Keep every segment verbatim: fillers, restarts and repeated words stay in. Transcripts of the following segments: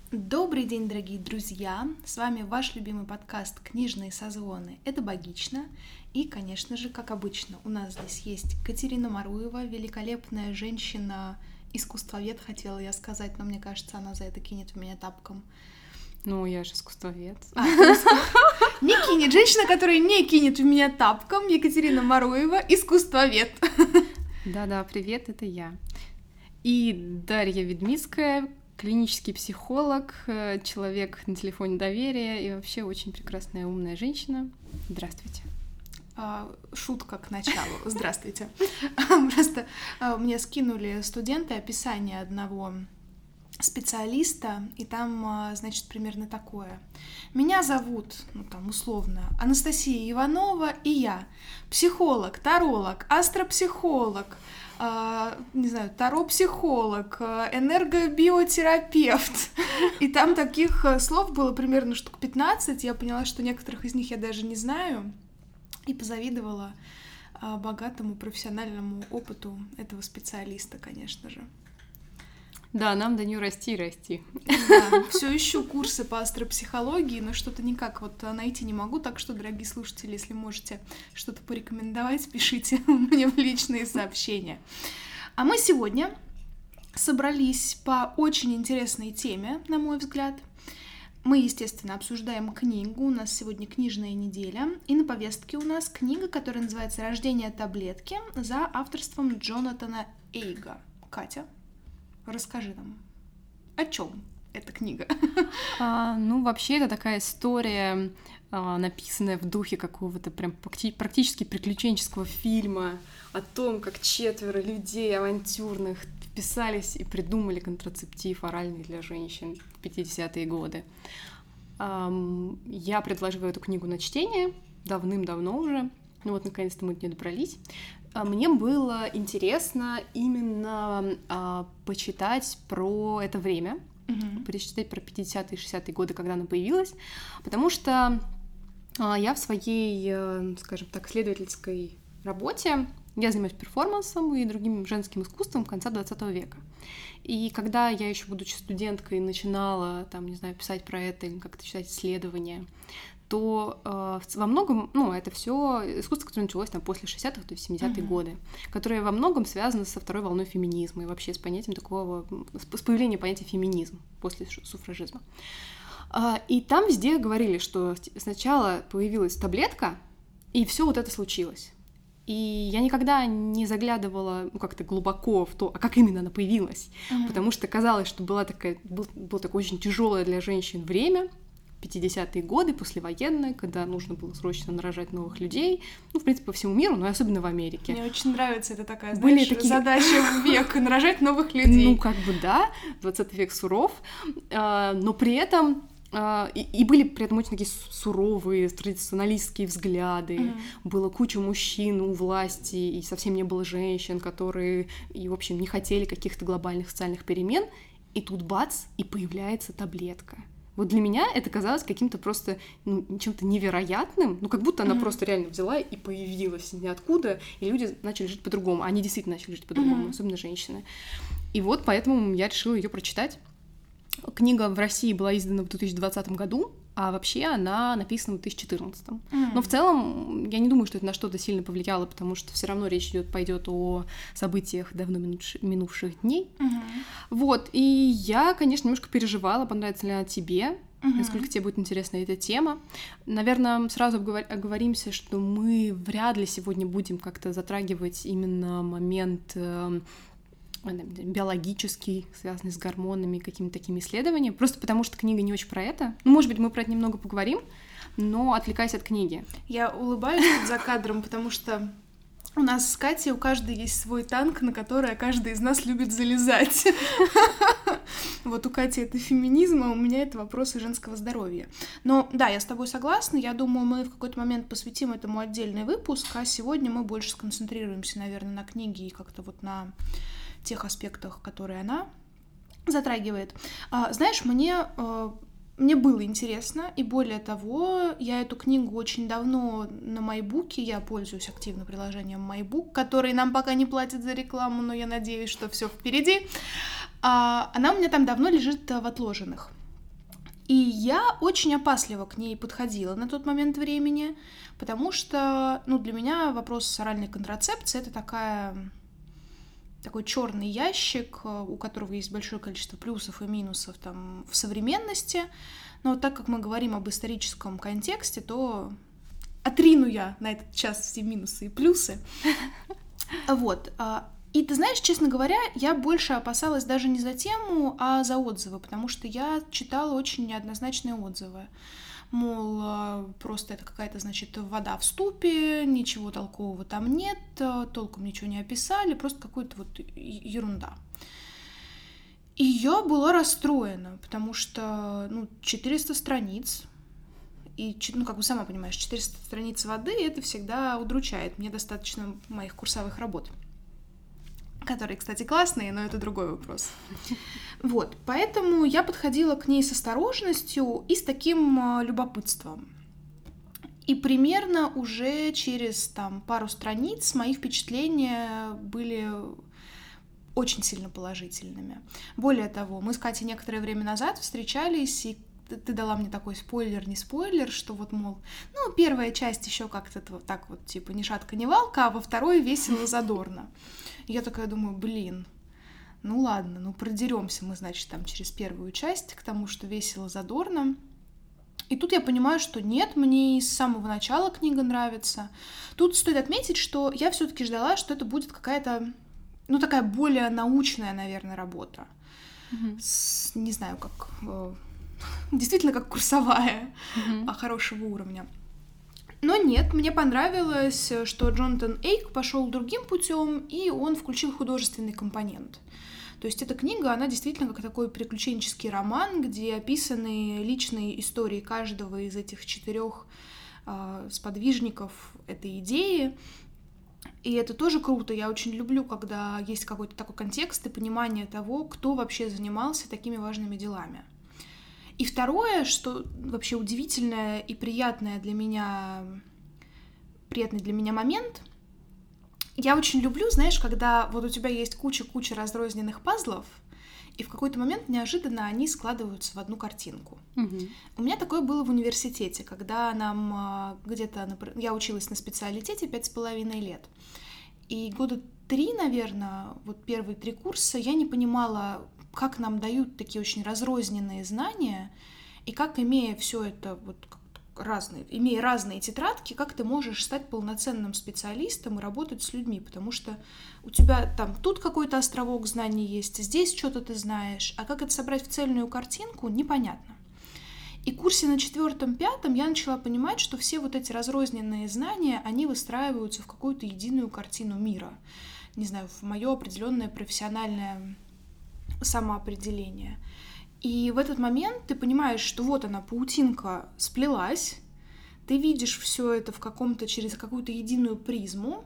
Добрый день, дорогие друзья! С вами ваш любимый подкаст «Книжные созвоны». Это Богично. И, конечно же, как обычно, у нас здесь есть Катерина Маруева, великолепная женщина, искусствовед, хотела я сказать, но мне кажется, она за это кинет в меня тапком. Ну, я же искусствовед. А, не кинет. Женщина, которая не кинет в меня тапком, Екатерина Маруева, искусствовед. Да-да, привет, это я. И Дарья Ведмицкая, клинический психолог, человек на телефоне доверия и вообще очень прекрасная умная женщина. Здравствуйте. Шутка к началу. Здравствуйте. Просто мне скинули студенты описание одного специалиста, и там, значит, примерно такое. Меня зовут, ну там условно, Анастасия Иванова, и я психолог, таролог, астропсихолог, э, не знаю, таропсихолог, энергобиотерапевт. И там таких слов было примерно штук пятнадцать. Я поняла, что некоторых из них я даже не знаю, и позавидовала э, богатому профессиональному опыту этого специалиста, конечно же. Да, нам до нее расти и расти. Да, все ищу курсы по астропсихологии, но что-то никак вот найти не могу, так что, дорогие слушатели, если можете что-то порекомендовать, пишите мне в личные сообщения. А мы сегодня собрались по очень интересной теме, на мой взгляд. Мы, естественно, обсуждаем книгу, у нас сегодня книжная неделя, и на повестке у нас книга, которая называется «Рождение таблетки» за авторством Джонатана Эйга. Катя, расскажи нам, о чем эта книга? А, ну, вообще, это такая история, а, написанная в духе какого-то прям практически приключенческого фильма о том, как четверо людей авантюрных вписались и придумали контрацептив оральный для женщин в пятидесятые годы. А, я предложила эту книгу на чтение давным-давно уже. Ну вот, наконец-то мы до нее добрались. Мне было интересно именно а, почитать про это время, mm-hmm. перечитать про пятидесятые и шестидесятые годы, когда она появилась, потому что а, я в своей, скажем так, исследовательской работе, я занимаюсь перформансом и другим женским искусством конца двадцатого века. И когда я еще, будучи студенткой, начинала, там, не знаю, писать про это или как-то читать исследования, то э, во многом, ну, это все искусство, которое началось там после шестидесятых, то есть семидесятые mm-hmm. годы, которое во многом связано со второй волной феминизма и вообще с понятием такого, с появлением понятия феминизм после суфражизма. Э, и там везде говорили, что сначала появилась таблетка, и все вот это случилось. И я никогда не заглядывала, ну, как-то глубоко в то, а как именно она появилась, mm-hmm. потому что казалось, что была такая, был, было такое очень тяжелое для женщин время, пятидесятые годы, послевоенные, когда нужно было срочно нарожать новых людей, ну, в принципе, по всему миру, но особенно в Америке. Мне очень нравится, это такая, Были знаешь, такие... задача в век, нарожать новых людей. Ну, как бы, да, двадцатый век суров, но при этом и, и были при этом очень такие суровые, традиционалистские взгляды, mm-hmm. было куча мужчин у власти, и совсем не было женщин, которые, и, в общем, не хотели каких-то глобальных социальных перемен, и тут бац, и появляется таблетка. Вот для меня это казалось каким-то просто, ну, чем-то невероятным, ну, как будто она mm-hmm. просто реально взяла и появилась ниоткуда, и люди начали жить по-другому, они действительно начали жить по-другому, mm-hmm. особенно женщины. И вот поэтому я решила ее прочитать. Книга в России была издана в две тысячи двадцатом году, а вообще она написана в две тысячи четырнадцатом. Mm-hmm. Но в целом я не думаю, что это на что-то сильно повлияло, потому что все равно речь идет, пойдет о событиях давно минувших дней. Mm-hmm. Вот, и я, конечно, немножко переживала, понравится ли она тебе, mm-hmm. насколько тебе будет интересна эта тема. Наверное, сразу оговоримся, что мы вряд ли сегодня будем как-то затрагивать именно момент биологический, связанный с гормонами, какими-то такими исследованиями, просто потому что книга не очень про это. Ну, может быть, мы про это немного поговорим, но отвлекаясь от книги. Я улыбаюсь тут за кадром, потому что у нас с Катей у каждой есть свой танк, на который каждый из нас любит залезать. Вот у Кати это феминизм, а у меня это вопросы женского здоровья. Но да, я с тобой согласна, я думаю, мы в какой-то момент посвятим этому отдельный выпуск, а сегодня мы больше сконцентрируемся, наверное, на книге и как-то вот на тех аспектах, которые она затрагивает. А, знаешь, мне, а, мне было интересно, и более того, я эту книгу очень давно на MyBook, я пользуюсь активно приложением MyBook, который нам пока не платит за рекламу, но я надеюсь, что все впереди. А, она у меня там давно лежит в отложенных. И я очень опасливо к ней подходила на тот момент времени, потому что, ну, для меня вопрос оральной контрацепции — это такая, такой черный ящик, у которого есть большое количество плюсов и минусов там в современности. Но вот так как мы говорим об историческом контексте, то отрину я на этот час все минусы и плюсы. Вот. И ты знаешь, честно говоря, я больше опасалась даже не за тему, а за отзывы, потому что я читала очень неоднозначные отзывы. Мол, просто это какая-то, значит, вода в ступе, ничего толкового там нет, толком ничего не описали, просто какая-то вот ерунда. И я была расстроена, потому что, ну, четыреста страниц, и, ну, как бы сама понимаешь, четыреста страниц воды — это всегда удручает. Мне достаточно моих курсовых работ, которые, кстати, классные, но это другой вопрос. Вот, поэтому я подходила к ней с осторожностью и с таким любопытством. И примерно уже через там пару страниц мои впечатления были очень сильно положительными. Более того, мы с Катей некоторое время назад встречались, и ты дала мне такой спойлер, не спойлер, что вот, мол, ну, первая часть еще как-то вот так вот, типа, ни шатка, ни валка, а во второй весело, задорно. И я такая думаю, блин, ну ладно, ну продеремся мы, значит, там через первую часть к тому, что весело, задорно. И тут я понимаю, что нет, мне и с самого начала книга нравится. Тут стоит отметить, что я все-таки ждала, что это будет какая-то, ну, такая более научная, наверное, работа. Mm-hmm. С, не знаю, как... Действительно, как курсовая, mm-hmm. хорошего уровня. Но нет, мне понравилось, что Джонатан Эйк пошел другим путем, и он включил художественный компонент. То есть эта книга, она действительно как такой приключенческий роман, где описаны личные истории каждого из этих четырех э, сподвижников этой идеи. И это тоже круто. Я очень люблю, когда есть какой-то такой контекст и понимание того, кто вообще занимался такими важными делами. И второе, что вообще удивительное и приятное для меня, приятный для меня момент, я очень люблю, знаешь, когда вот у тебя есть куча-куча разрозненных пазлов, и в какой-то момент неожиданно они складываются в одну картинку. Mm-hmm. У меня такое было в университете, когда нам где-то... Я училась на специалитете пять с половиной лет, и года три, наверное, вот первые три курса я не понимала, как нам дают такие очень разрозненные знания, и как, имея все это вот разные, имея разные тетрадки, как ты можешь стать полноценным специалистом и работать с людьми, потому что у тебя там тут какой-то островок знаний есть, здесь что-то ты знаешь, а как это собрать в цельную картинку, непонятно. И в курсе на четвертом-пятом я начала понимать, что все вот эти разрозненные знания, они выстраиваются в какую-то единую картину мира. Не знаю, в мое определенное профессиональное самоопределение. И в этот момент ты понимаешь, что вот она, паутинка сплелась, ты видишь все это в каком-то, через какую-то единую призму,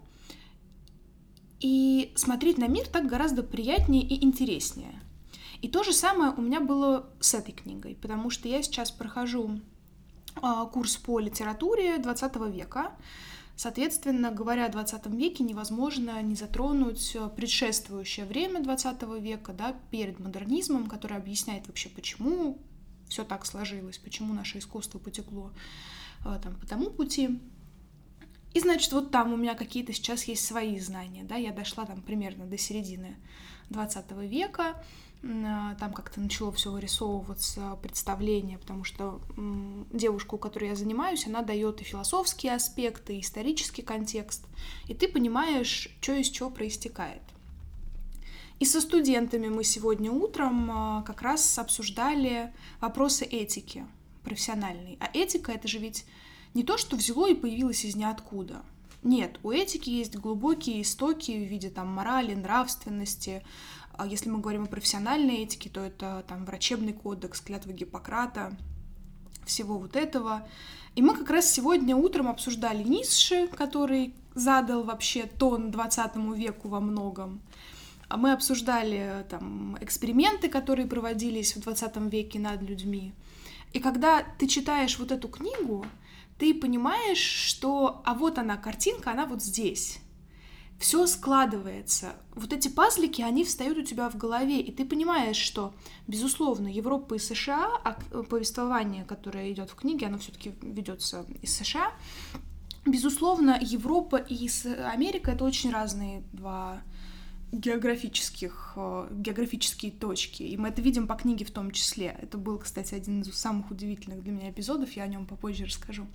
и смотреть на мир так гораздо приятнее и интереснее. И то же самое у меня было с этой книгой, потому что я сейчас прохожу а, курс по литературе двадцатого века. Соответственно, говоря о двадцатом веке, невозможно не затронуть предшествующее время двадцатого века, да, перед модернизмом, который объясняет вообще, почему все так сложилось, почему наше искусство потекло там, по тому пути. И, значит, вот там у меня какие-то сейчас есть свои знания, да, я дошла там примерно до середины двадцатого века, там как-то начало все вырисовываться представление, потому что м, девушка, у которой я занимаюсь, она дает и философские аспекты, и исторический контекст, и ты понимаешь, что из чего проистекает. И со студентами мы сегодня утром а, как раз обсуждали вопросы этики профессиональной. А этика — это же ведь не то, что взяло и появилось из ниоткуда. Нет, у этики есть глубокие истоки в виде там морали, нравственности. А если мы говорим о профессиональной этике, то это там врачебный кодекс, клятва Гиппократа, всего вот этого. И мы как раз сегодня утром обсуждали Ницше, который задал вообще тон двадцатому веку во многом. А мы обсуждали там эксперименты, которые проводились в двадцатом веке над людьми. И когда ты читаешь вот эту книгу, ты понимаешь, что а вот она, картинка, она вот здесь. все складывается. Вот эти пазлики, они встают у тебя в голове, и ты понимаешь, что, безусловно, Европа и США, а повествование, которое идет в книге, оно все-таки ведется из США. Безусловно, Европа и Америка — это очень разные два географических, географические точки, и мы это видим по книге в том числе. Это был, кстати, один из самых удивительных для меня эпизодов, я о нем попозже расскажу.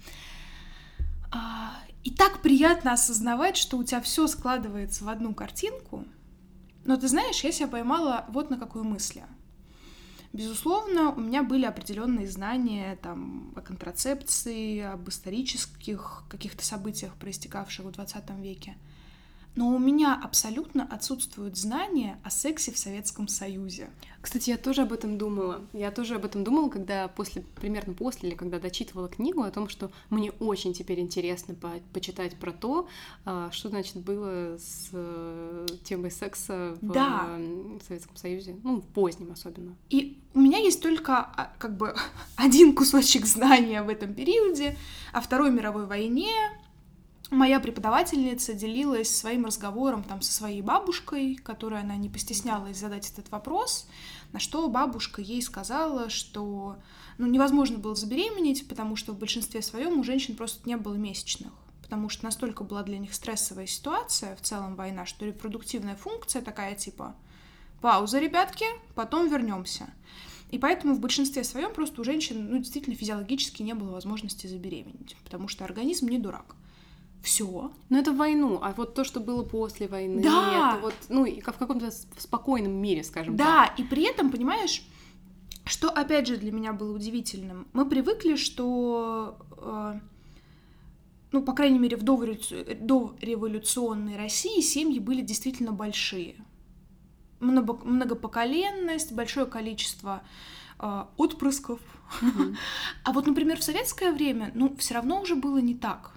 И так приятно осознавать, что у тебя все складывается в одну картинку. Но ты знаешь, я себя поймала вот на какой мысли. Безусловно, у меня были определенные знания там, о контрацепции, об исторических каких-то событиях, проистекавших в двадцатом веке. Но у меня абсолютно отсутствуют знания о сексе в Советском Союзе. Кстати, я тоже об этом думала. Я тоже об этом думала, когда после, примерно после, или когда дочитывала книгу о том, что мне очень теперь интересно по- почитать про то, что, значит, было с темой секса в да. Советском Союзе, ну, в позднем особенно. И у меня есть только как бы один кусочек знания в этом периоде о Второй мировой войне. Моя преподавательница делилась своим разговором там со своей бабушкой, которой она не постеснялась задать этот вопрос, на что бабушка ей сказала, что ну, невозможно было забеременеть, потому что в большинстве своем у женщин просто не было месячных, потому что настолько была для них стрессовая ситуация, в целом война, что репродуктивная функция такая типа «пауза, ребятки, потом вернемся». И поэтому в большинстве своем просто у женщин ну, действительно физиологически не было возможности забеременеть, потому что организм не дурак. Все. Но это в войну, а вот то, что было после войны, да. это вот, ну, в каком-то спокойном мире, скажем да, так. Да, и при этом, понимаешь, что, опять же, для меня было удивительным, мы привыкли, что, э, ну, по крайней мере, в дореволюционной России семьи были действительно большие. Много, многопоколенность, большое количество э, отпрысков. Mm-hmm. А вот, например, в советское время, ну, все равно уже было не так.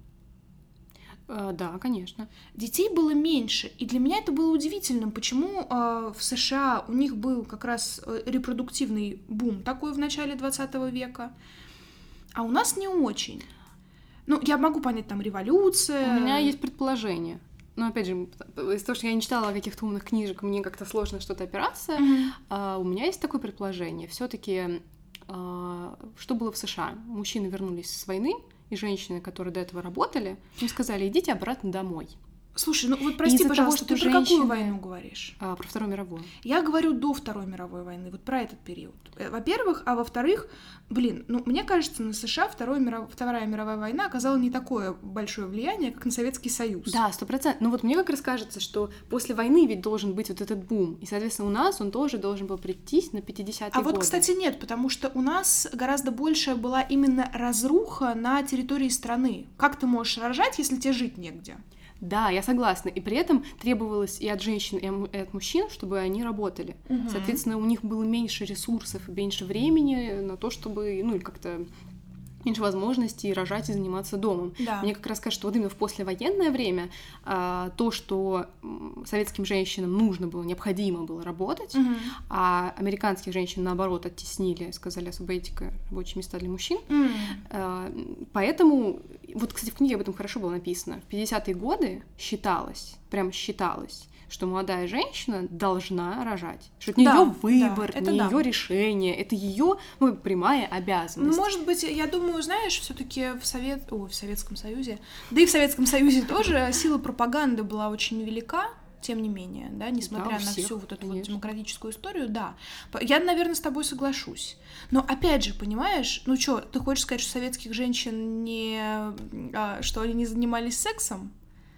Да, конечно. Детей было меньше, и для меня это было удивительным, почему э, в США у них был как раз репродуктивный бум такой в начале двадцатого века, а у нас не очень. Ну, я могу понять, там, революция... У меня есть предположение. Но, опять же, из-за того, что я не читала каких-то умных книжек, мне как-то сложно что-то опираться, mm-hmm. а, у меня есть такое предположение. Все-таки, а, что было в США? Мужчины вернулись с войны, и женщины, которые до этого работали, им сказали, идите обратно домой. Слушай, ну вот прости, пожалуйста, того, ты про женщины... какую войну говоришь? А, про Вторую мировую. Я говорю до Второй мировой войны, вот про этот период. Во-первых, а во-вторых, блин, ну мне кажется, на США Второй миров... Вторая мировая война оказала не такое большое влияние, как на Советский Союз. Да, сто процентов. Но вот мне как раз кажется, что после войны ведь должен быть вот этот бум, и, соответственно, у нас он тоже должен был прийтись на пятидесятые а годы. А вот, кстати, нет, потому что у нас гораздо большая была именно разруха на территории страны. Как ты можешь рожать, если тебе жить негде? Да, я согласна. И при этом требовалось и от женщин, и от мужчин, чтобы они работали. Угу. Соответственно, у них было меньше ресурсов, меньше времени на то, чтобы, ну, или как-то меньше возможностей рожать и заниматься домом. Да. Мне как раз кажется, что вот именно в послевоенное время а, то, что советским женщинам нужно было, необходимо было работать, угу. а американских женщин, наоборот, оттеснили, сказали, освободите рабочие места для мужчин. Угу. А, поэтому, вот, кстати, в книге об этом хорошо было написано, в пятидесятые годы считалось, прям считалось, что молодая женщина должна рожать, что это не да, ее выбор, да, не да. ее решение, это ее ну, прямая обязанность. Ну, может быть, я думаю, знаешь, все-таки в Совет... О, в Советском Союзе, да и в Советском Союзе тоже сила пропаганды была очень велика, тем не менее, да, несмотря да, на всех, всю вот эту вот демократическую историю, да. Я, наверное, с тобой соглашусь. Но опять же, понимаешь, ну что, ты хочешь сказать, что советских женщин не, а, что они не занимались сексом?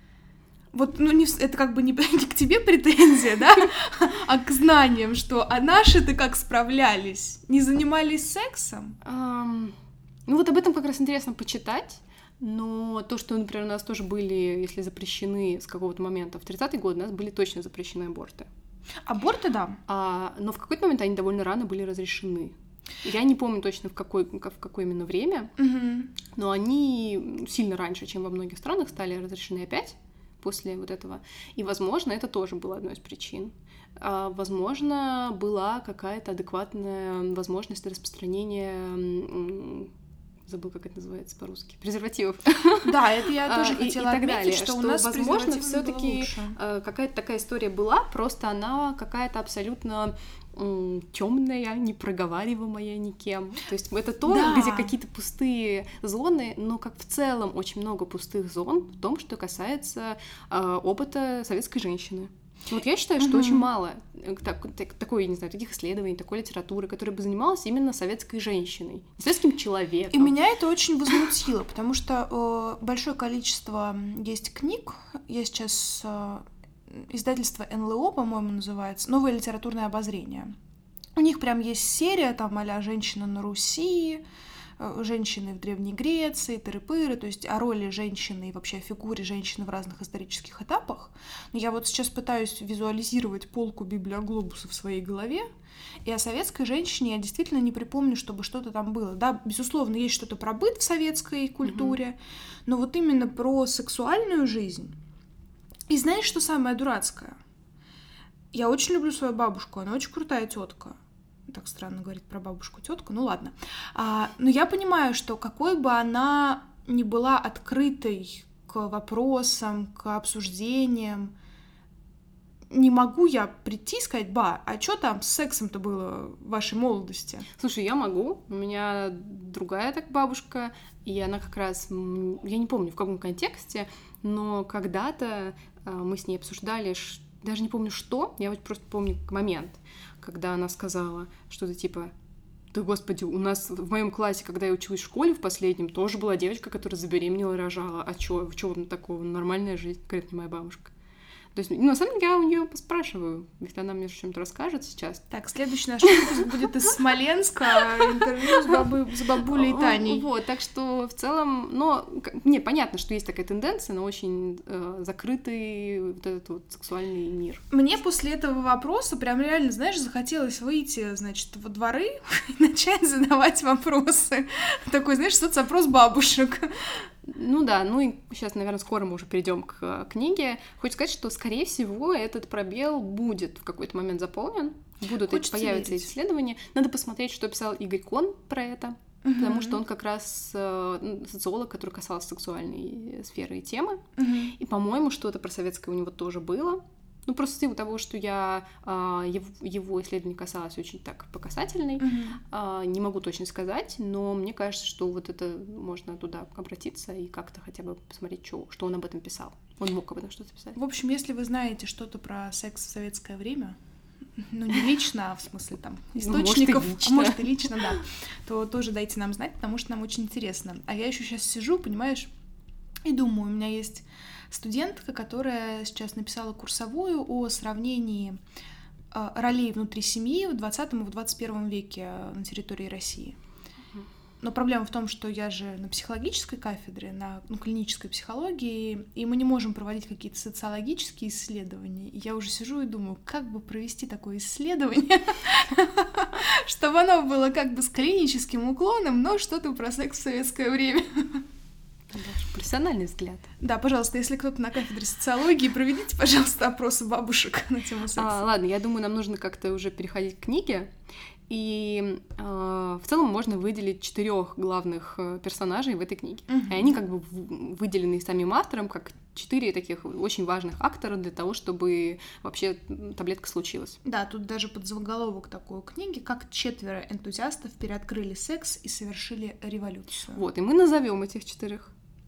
Вот, ну, не, это как бы не, не к тебе претензия, да, а к знаниям, что а наши-то как справлялись? Не занимались сексом? Um, ну, вот об этом как раз интересно почитать, но то, что, например, у нас тоже были, если запрещены с какого-то момента, в тридцатые годы у нас были точно запрещены аборты. Аборты, да. А, но в какой-то момент они довольно рано были разрешены. Я не помню точно, в, какой, в какое именно время, угу. но они сильно раньше, чем во многих странах, стали разрешены опять. После вот этого. И, возможно, это тоже было одной из причин. А, возможно, была какая-то адекватная возможность распространения забыл, как это называется по-русски, презервативов. Да, это я тоже и, хотела и так отметить, далее, что, что у нас возможно, все-таки какая-то такая история была, просто она какая-то абсолютно темная, непроговариваемая никем. То есть это то, да. где какие-то пустые зоны, но как в целом очень много пустых зон в том, что касается э, опыта советской женщины. Вот я считаю, что mm-hmm. очень мало так, так, такой, не знаю, таких исследований, такой литературы, которая бы занималась именно советской женщиной, советским человеком. И меня это очень возмутило, потому что э, большое количество есть книг. Я сейчас... Э, издательство эн эл о, по-моему, называется, «Новое литературное обозрение». У них прям есть серия, там, а-ля «Женщина на Руси», «Женщины в Древней Греции», тыры-пыры, то есть о роли женщины и вообще о фигуре женщины в разных исторических этапах. Но я вот сейчас пытаюсь визуализировать полку библиоглобуса в своей голове, и о советской женщине я действительно не припомню, чтобы что-то там было. Да, безусловно, есть что-то про быт в советской культуре, mm-hmm. но вот именно про сексуальную жизнь. И знаешь, что самое дурацкое? Я очень люблю свою бабушку, она очень крутая тетка. Так странно говорить про бабушку тетку, ну ладно. А, но я понимаю, что какой бы она ни была открытой к вопросам, к обсуждениям, не могу я прийти и сказать: ба, а что там с сексом-то было в вашей молодости? Слушай, я могу. У меня другая так бабушка, и она как раз, я не помню в каком контексте, но когда-то мы с ней обсуждали, даже не помню что, я вот просто помню момент, когда она сказала что-то типа: да господи, у нас в моем классе, когда я училась в школе в последнем, тоже была девочка, которая забеременела и рожала. А чё, чё такого? Нормальная жизнь, говорит мне моя бабушка. То есть, ну, на самом деле, я у нее поспрашиваю, если она мне что-нибудь расскажет сейчас. Так, следующий наш выпуск будет из Смоленска, интервью с, бабы, с бабулей Таней. Вот, так что в целом, но, не, понятно, что есть такая тенденция, но очень э, закрытый вот этот вот сексуальный мир. Мне после этого вопроса прям реально, знаешь, захотелось выйти, значит, во дворы и начать задавать вопросы. Такой, знаешь, соцопрос бабушек. Ну да, ну и сейчас, наверное, скоро мы уже перейдем к книге. Хочется сказать, что, скорее всего, этот пробел будет в какой-то момент заполнен. Будут эти, появятся эти исследования. Надо посмотреть, что писал Игорь Кон про это, uh-huh. потому что он как раз э, социолог, который касался сексуальной сферы и темы. Uh-huh. И, по-моему, что-то про советское у него тоже было. Ну, просто в силу того, что я э, его, его исследование касалось очень так по касательной, mm-hmm. э, не могу точно сказать, но мне кажется, что вот это можно туда обратиться и как-то хотя бы посмотреть, что, что он об этом писал. Он мог об этом что-то писать. В общем, если вы знаете что-то про секс в советское время, ну, не лично, а в смысле там источников, может, а может и лично, да, то тоже дайте нам знать, потому что нам очень интересно. А я еще сейчас сижу, понимаешь, и думаю, у меня есть студентка, которая сейчас написала курсовую о сравнении э, ролей внутри семьи в двадцатом и в двадцать первом веке на территории России. Но проблема в том, что я же на психологической кафедре, на ну, клинической психологии, и мы не можем проводить какие-то социологические исследования. И я уже сижу и думаю, как бы провести такое исследование, чтобы оно было как бы с клиническим уклоном, но что-то про секс в советское время. Профессиональный взгляд. Да, пожалуйста, если кто-то на кафедре социологии, проведите, пожалуйста, опросы бабушек на тему секса. А, ладно, я думаю, нам нужно как-то уже переходить к книге. И э, в целом можно выделить четырех главных персонажей в этой книге. Uh-huh. И они как бы выделены самим автором как четыре таких очень важных актора для того, чтобы вообще таблетка случилась. Да, тут даже подзаголовок такой книги, как четверо энтузиастов переоткрыли секс и совершили революцию. Вот, и мы назовем этих четырех.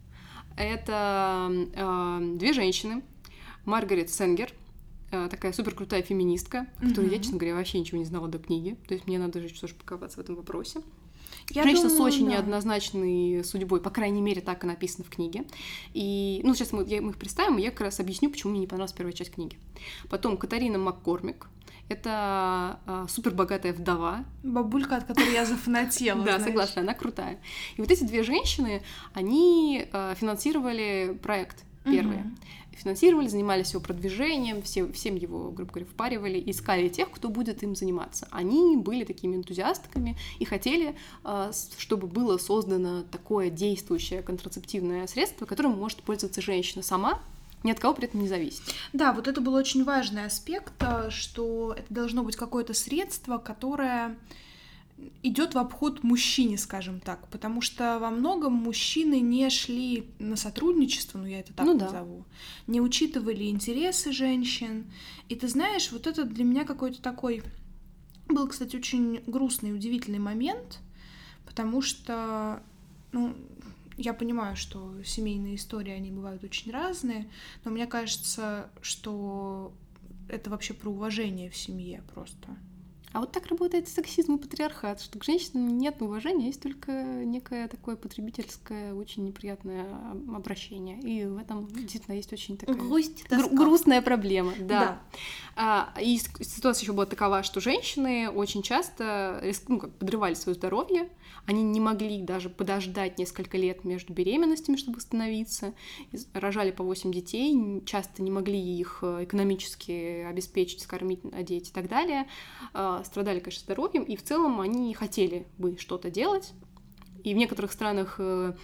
Это э, две женщины. Маргарет Сенгер, такая суперкрутая феминистка, которую mm-hmm. я, честно говоря, вообще ничего не знала до книги. То есть мне надо же тоже покопаться в этом вопросе. Я Женщина думаю, с очень да. неоднозначной судьбой, по крайней мере, так и написано в книге. И, ну, сейчас мы, я, мы их представим, и я как раз объясню, почему мне не понравилась первая часть книги. Потом Катарина МакКормик. Это а, супербогатая вдова. Бабулька, от которой я зафанатела. Да, согласна, она крутая. И вот эти две женщины, они финансировали проект первые. Финансировали, занимались его продвижением, все, всем его, грубо говоря, впаривали, искали тех, кто будет им заниматься. Они были такими энтузиастками и хотели, чтобы было создано такое действующее контрацептивное средство, которым может пользоваться женщина сама, ни от кого при этом не зависит. Да, вот это был очень важный аспект, что это должно быть какое-то средство, которое идет в обход мужчине, скажем так, потому что во многом мужчины не шли на сотрудничество, ну я это так ну, назову, да. Не учитывали интересы женщин. И ты знаешь, вот это для меня какой-то такой был, кстати, очень грустный и удивительный момент, потому что, ну, я понимаю, что семейные истории, они бывают очень разные, но мне кажется, что это вообще про уважение в семье просто. А вот так работает сексизм и патриархат, что к женщинам нет уважения, есть только некое такое потребительское, очень неприятное обращение. И в этом действительно есть очень такая Грусть, гру- грустная проблема. Да. Да. А, и ситуация еще была такова, что женщины очень часто ну, как, подрывали свое здоровье, они не могли даже подождать несколько лет между беременностями, чтобы восстановиться, рожали по восемь детей, часто не могли их экономически обеспечить, скормить, одеть и так далее, страдали, конечно, здоровьем, и в целом они хотели бы что-то делать. И в некоторых странах,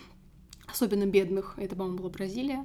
особенно бедных, это, по-моему, была Бразилия,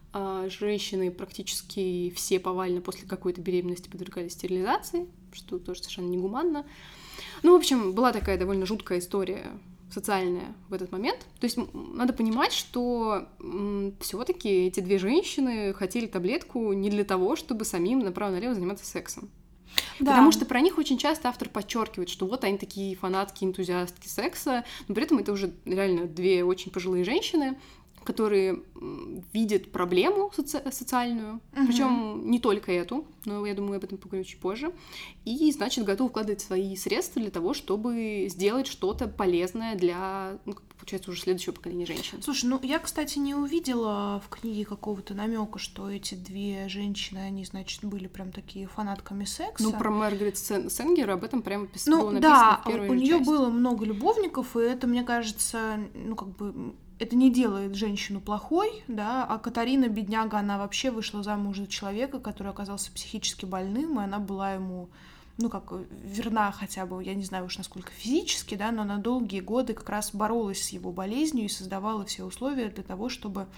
женщины практически все повально после какой-то беременности подвергались стерилизации, что тоже совершенно негуманно. Ну, в общем, была такая довольно жуткая история социальная в этот момент. То есть надо понимать, что все-таки эти две женщины хотели таблетку не для того, чтобы самим направо-налево заниматься сексом. Да. Потому что про них очень часто автор подчеркивает, что вот они такие фанатки, энтузиастки секса, но при этом это уже реально две очень пожилые женщины, которые видят проблему соци- социальную, uh-huh. причем не только эту, но я думаю, об этом поговорим чуть позже, и, значит, готовы вкладывать свои средства для того, чтобы сделать что-то полезное для, ну, получается, уже следующего поколения женщин. Слушай, ну я, кстати, не увидела в книге какого-то намека, что эти две женщины, они, значит, были прям такие фанатками секса. Ну, про Маргарет Сенгер об этом прямо пис- ну, было написано да, в первой у нее части. было много любовников, и это, мне кажется, ну, как бы... Это не делает женщину плохой, да, а Катарина, бедняга, она вообще вышла замуж за человека, который оказался психически больным, и она была ему, ну, как, верна хотя бы, я не знаю уж насколько физически, да, но на долгие годы как раз боролась с его болезнью и создавала все условия для того, чтобы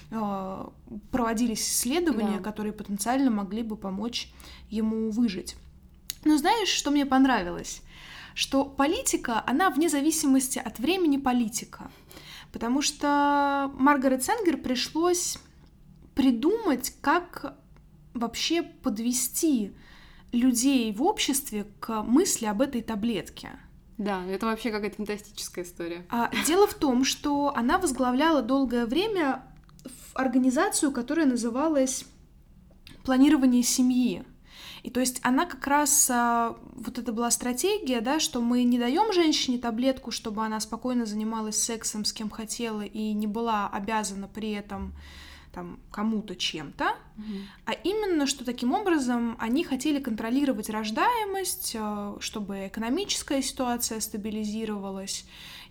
э, проводились исследования, да. которые потенциально могли бы помочь ему выжить. Но знаешь, что мне понравилось? Что политика, она вне зависимости от времени политика. Потому что Маргарет Сенгер пришлось придумать, как вообще подвести людей в обществе к мысли об этой таблетке. Да, это вообще какая-то фантастическая история. А дело в том, что она возглавляла долгое время организацию, которая называлась «Планирование семьи». И то есть она как раз, вот это была стратегия, да, что мы не даем женщине таблетку, чтобы она спокойно занималась сексом с кем хотела и не была обязана при этом там, кому-то чем-то, mm-hmm. а именно, что таким образом они хотели контролировать рождаемость, чтобы экономическая ситуация стабилизировалась,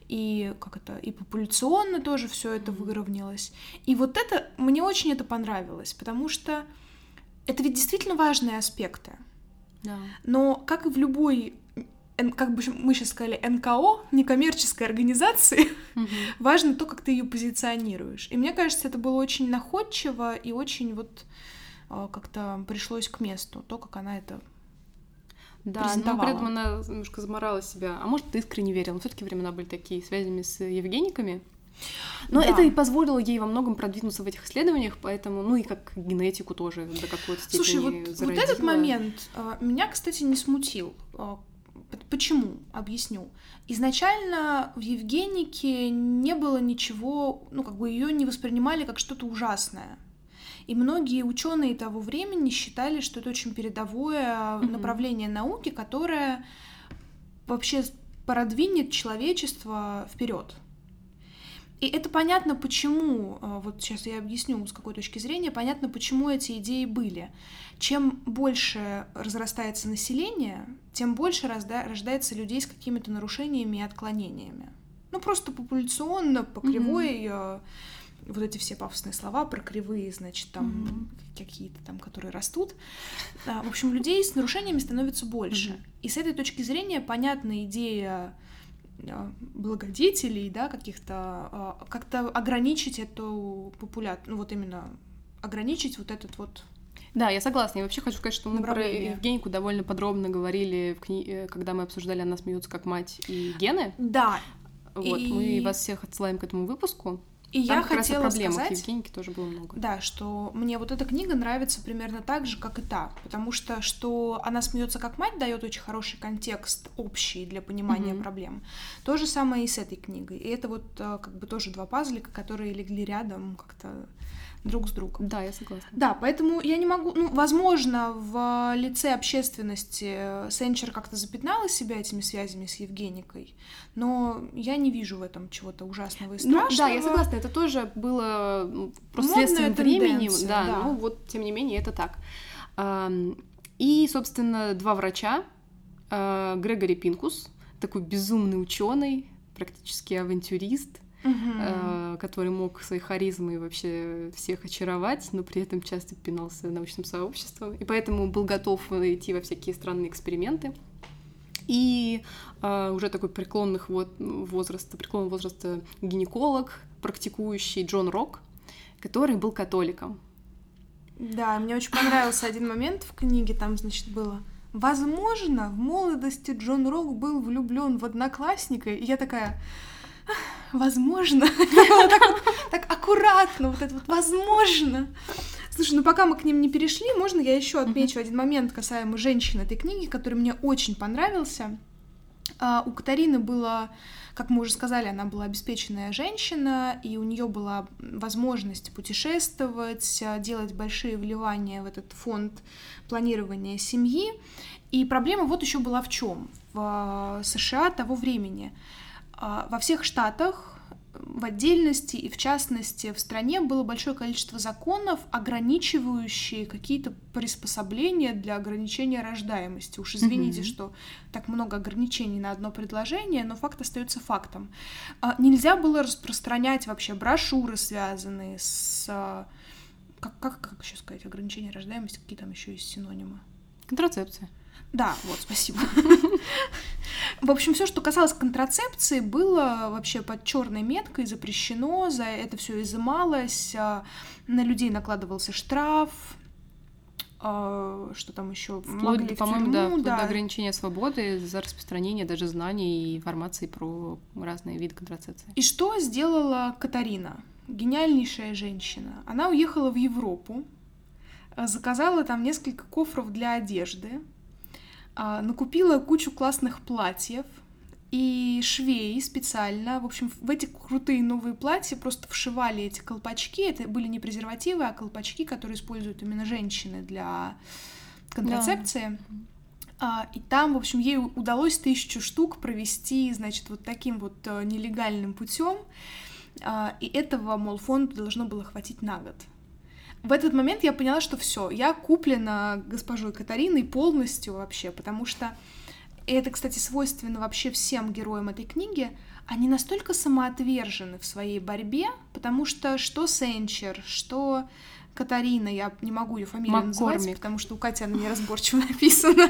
и как это, и популяционно тоже все это mm-hmm. выровнялось. И вот это, мне очень это понравилось, потому что это ведь действительно важные аспекты. Да. Но, как и в любой, как бы мы сейчас сказали, эн ка о, некоммерческой организации, угу. важно то, как ты ее позиционируешь. И мне кажется, это было очень находчиво и очень вот как-то пришлось к месту, то, как она это да, презентовала. Но при этом она немножко заморала себя. А может, искренне верила. Но все-таки времена были такие, связями с евгениками. Но да. это и позволило ей во многом продвинуться в этих исследованиях, поэтому, ну и как генетику тоже до какой-то степени Слушай, вот, вот этот момент а, меня, кстати, не смутил. А, почему? Объясню. Изначально в евгенике не было ничего, ну как бы ее не воспринимали как что-то ужасное. И многие ученые того времени считали, что это очень передовое mm-hmm. направление науки, которое вообще продвинет человечество вперед. И это понятно, почему, вот сейчас я объясню, с какой точки зрения, понятно, почему эти идеи были. Чем больше разрастается население, тем больше разда- рождается людей с какими-то нарушениями и отклонениями. Ну, просто популяционно, по кривой, mm-hmm. вот эти все пафосные слова про кривые, значит, там mm-hmm. какие-то там, которые растут. В общем, людей с нарушениями становится больше. Mm-hmm. И с этой точки зрения понятна идея благодетелей, да, каких-то, как-то ограничить эту популяцию, ну вот именно ограничить вот этот вот Да, я согласна. Я вообще хочу сказать, что мы про Евгенику довольно подробно говорили, в кни... когда мы обсуждали «Она смеется как мать» и гены. Да. Вот, и... мы вас всех отсылаем к этому выпуску. И Там я как хотела раз о проблемах сказать, Евгеники тоже было много. Да, что мне вот эта книга нравится примерно так же, как и та, потому что что «Она смеется как мать» дает очень хороший контекст общий для понимания mm-hmm. проблем. То же самое и с этой книгой. И это вот как бы тоже два пазлика, которые легли рядом как-то друг с другом. Да, я согласна. Да, поэтому я не могу... Ну, возможно, в лице общественности Сенчер как-то запятнала себя этими связями с Евгеникой, но я не вижу в этом чего-то ужасного и страшного. Ну, да, я согласна, это тоже было просто модная следствием времени. Да, да, ну вот, тем не менее, это так. И, собственно, два врача. Грегори Пинкус, такой безумный ученый, практически авантюрист, Uh-huh. который мог своей харизмой вообще всех очаровать, но при этом часто пинался научным сообществом, и поэтому был готов идти во всякие странные эксперименты. И uh, уже такой преклонных вот возраста, преклонного возраста гинеколог, практикующий Джон Рок, который был католиком. Да, мне очень понравился один момент в книге, там, значит, было: возможно, в молодости Джон Рок был влюблен в одноклассника, и я такая... Возможно. так, так аккуратно, вот это вот возможно. Слушай, ну пока мы к ним не перешли, можно я еще отмечу mm-hmm. один момент касаемо женщин этой книги, который мне очень понравился. А, у Катарины было, как мы уже сказали, она была обеспеченная женщина, и у нее была возможность путешествовать, делать большие вливания в этот фонд планирования семьи. И проблема вот еще была в чем? В США того времени. Во всех штатах, в отдельности и в частности в стране было большое количество законов, ограничивающие какие-то приспособления для ограничения рождаемости. Уж извините, mm-hmm. что так много ограничений на одно предложение, но факт остается фактом. Нельзя было распространять вообще брошюры, связанные с... Как, как, как еще сказать? Ограничение рождаемости, какие там еще есть синонимы? Контрацепция. Да, вот, спасибо. В общем, все, что касалось контрацепции, было вообще под черной меткой запрещено, за это все изымалось, на людей накладывался штраф, что там еще могли в по-моему, да, вплоть да. до ограничения свободы за распространение даже знаний и информации про разные виды контрацепции. И что сделала Катарина? Гениальнейшая женщина. Она уехала в Европу, заказала там несколько кофров для одежды, накупила кучу классных платьев, и швеи специально, в общем, в эти крутые новые платья просто вшивали эти колпачки. Это были не презервативы, а колпачки, которые используют именно женщины для контрацепции. Да. И там, в общем, ей удалось тысячу штук провести, значит, вот таким вот нелегальным путем. И этого, мол, фонду должно было хватить на год. В этот момент я поняла, что все, я куплена госпожой Катариной полностью вообще, потому что и это, кстати, свойственно вообще всем героям этой книги, они настолько самоотвержены в своей борьбе, потому что что Сенчер, что Катарина, я не могу ее фамилию называть, потому что у Кати она неразборчиво написана,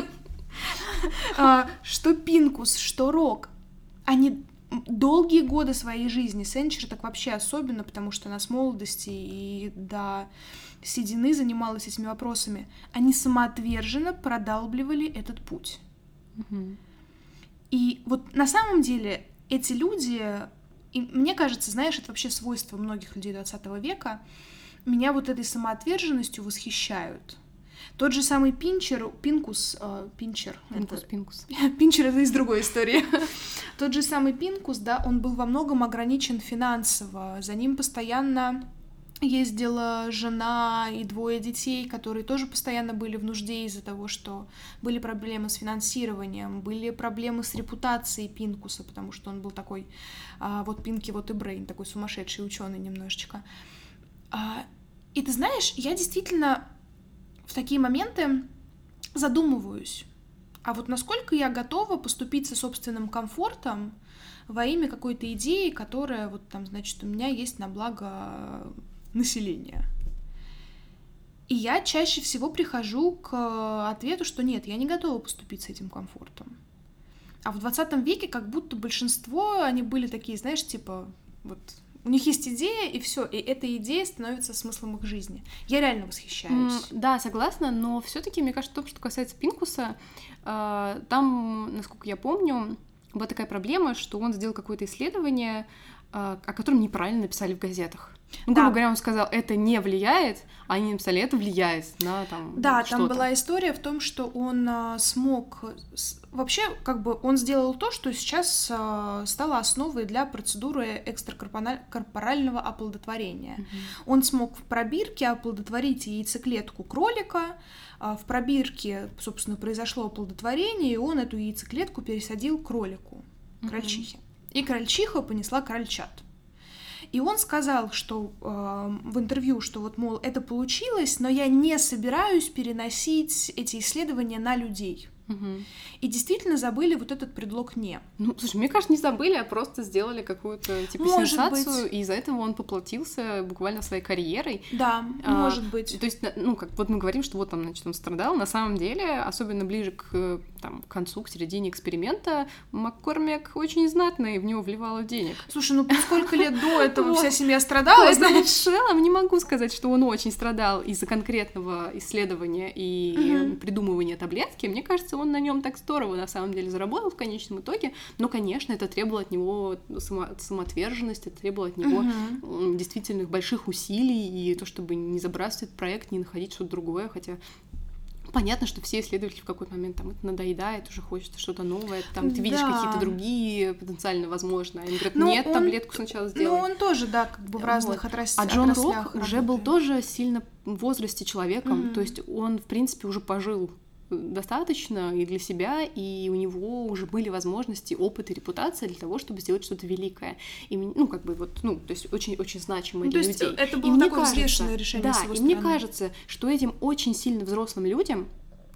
что Пинкус, что Рок, они долгие годы своей жизни, Сенчер так вообще особенно, потому что она с молодости и до седины занималась этими вопросами, они самоотверженно продалбливали этот путь. Mm-hmm. И вот на самом деле эти люди, и мне кажется, знаешь, это вообще свойство многих людей двадцатого века, меня вот этой самоотверженностью восхищают. Тот же самый Пинчер, Пинкус, э, Пинчер. Пинкус, это... Пинкус. Пинчер — это из другой истории. Тот же самый Пинкус, да, он был во многом ограничен финансово. За ним постоянно ездила жена и двое детей, которые тоже постоянно были в нужде из-за того, что были проблемы с финансированием, были проблемы с репутацией Пинкуса, потому что он был такой, а, вот Пинки, вот и Брейн, такой сумасшедший ученый немножечко. А, и ты знаешь, я действительно в такие моменты задумываюсь, а вот насколько я готова поступить со собственным комфортом во имя какой-то идеи, которая вот там, значит, у меня есть на благо населения. И я чаще всего прихожу к ответу, что нет, я не готова поступить с этим комфортом. А в двадцатом веке как будто большинство, они были такие, знаешь, типа, вот У них есть идея, и все, и эта идея становится смыслом их жизни. Я реально восхищаюсь. Mm, да, согласна, но все-таки, мне кажется, то, что касается Пинкуса, э, там, насколько я помню, была такая проблема, что он сделал какое-то исследование, э, о котором неправильно написали в газетах. Ну, грубо да. говоря, он сказал, это не влияет, а они написали, это влияет на там Да, что-то. там была история в том, что он а, смог... Вообще, как бы, он сделал то, что сейчас а, стало основой для процедуры экстракорпорального оплодотворения. Mm-hmm. Он смог в пробирке оплодотворить яйцеклетку кролика, а, в пробирке, собственно, произошло оплодотворение, и он эту яйцеклетку пересадил кролику, mm-hmm. крольчихе. И крольчиха понесла крольчат. И он сказал, что э, в интервью, что вот, мол, это получилось, но я не собираюсь переносить эти исследования на людей. Угу. И действительно забыли вот этот предлог «не». Ну, слушай, мне кажется, не забыли, а просто сделали какую-то, типа, может сенсацию, быть. И из-за этого он поплатился буквально своей карьерой. Да, а, может быть. То есть, ну, как вот мы говорим, что вот там, значит, он страдал, на самом деле, особенно ближе к, там, к концу, к середине эксперимента, Маккормик очень знатный в него вливал денег. Слушай, ну, сколько лет до этого вся семья страдала, знаешь? В целом не могу сказать, что он очень страдал из-за конкретного исследования и придумывания таблетки. Мне кажется, он на нем так здорово, на самом деле, заработал в конечном итоге, но, конечно, это требовало от него само- самоотверженности, это требовало от него uh-huh. действительно больших усилий, и то, чтобы не забрасывать проект, не находить что-то другое, хотя понятно, что все исследователи в какой-то момент там это надоедает, уже хочется что-то новое, там ты видишь да. какие-то другие потенциально возможно, они говорят, но нет, он, таблетку сначала сделай. Ну, он тоже, да, как бы в разных вот. отрас... А Джон Рок уже был тоже сильно в возрасте человеком, uh-huh. то есть он, в принципе, уже пожил достаточно и для себя, и у него уже были возможности, опыт и репутация для того, чтобы сделать что-то великое. И, ну, как бы вот, ну, то есть очень-очень значимое ну, для то есть людей. Это было и такое взвешенное решение да, с его и стороны. мне кажется, что этим очень сильно взрослым людям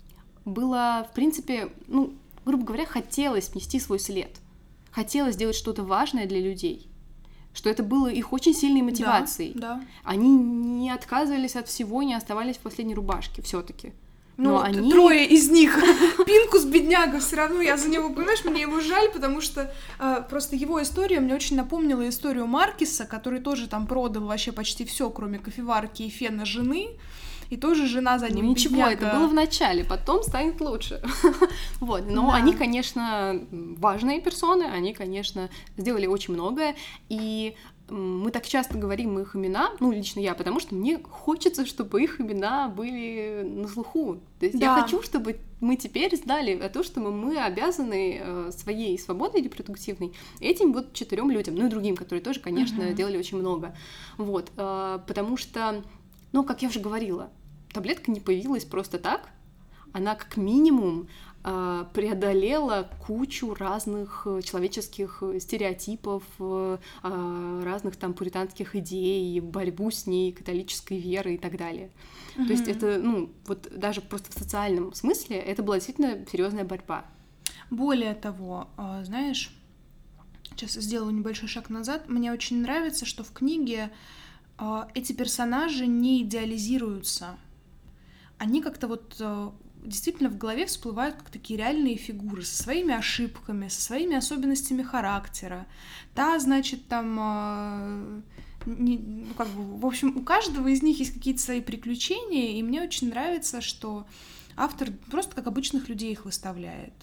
было, в принципе, ну, грубо говоря, хотелось внести свой след. Хотелось сделать что-то важное для людей. Что это было их очень сильной мотивацией. Да, да. Они не отказывались от всего, не оставались в последней рубашке все-таки. Ну, но они... трое из них. Пинкус, бедняга, все равно я за него, понимаешь, мне его жаль, потому что э, просто его история мне очень напомнила историю Маркеса, который тоже там продал вообще почти все, кроме кофеварки и фена жены. И тоже жена за ним, ну, ничего, бедняга. Это было в начале, потом станет лучше. Вот, но да. они, конечно, важные персоны, они, конечно, сделали очень многое, и мы так часто говорим их имена, ну, лично я, потому что мне хочется, чтобы их имена были на слуху. То есть да. я хочу, чтобы мы теперь знали то, что мы, мы обязаны своей свободой репродуктивной этим вот четырем людям, ну и другим, которые тоже, конечно, uh-huh. делали очень много. Вот, потому что, ну, как я уже говорила, таблетка не появилась просто так, она как минимум э, преодолела кучу разных человеческих стереотипов, э, разных там пуританских идей, борьбу с ней, католической верой и так далее. Mm-hmm. То есть это, ну, вот даже просто в социальном смысле это была действительно серьезная борьба. Более того, э, знаешь, сейчас сделаю небольшой шаг назад, мне очень нравится, что в книге э, эти персонажи не идеализируются. Они как-то вот э, действительно в голове всплывают как такие реальные фигуры со своими ошибками, со своими особенностями характера. Та, значит, там, э, не, ну, как бы, в общем, у каждого из них есть какие-то свои приключения, и мне очень нравится, что автор просто как обычных людей их выставляет.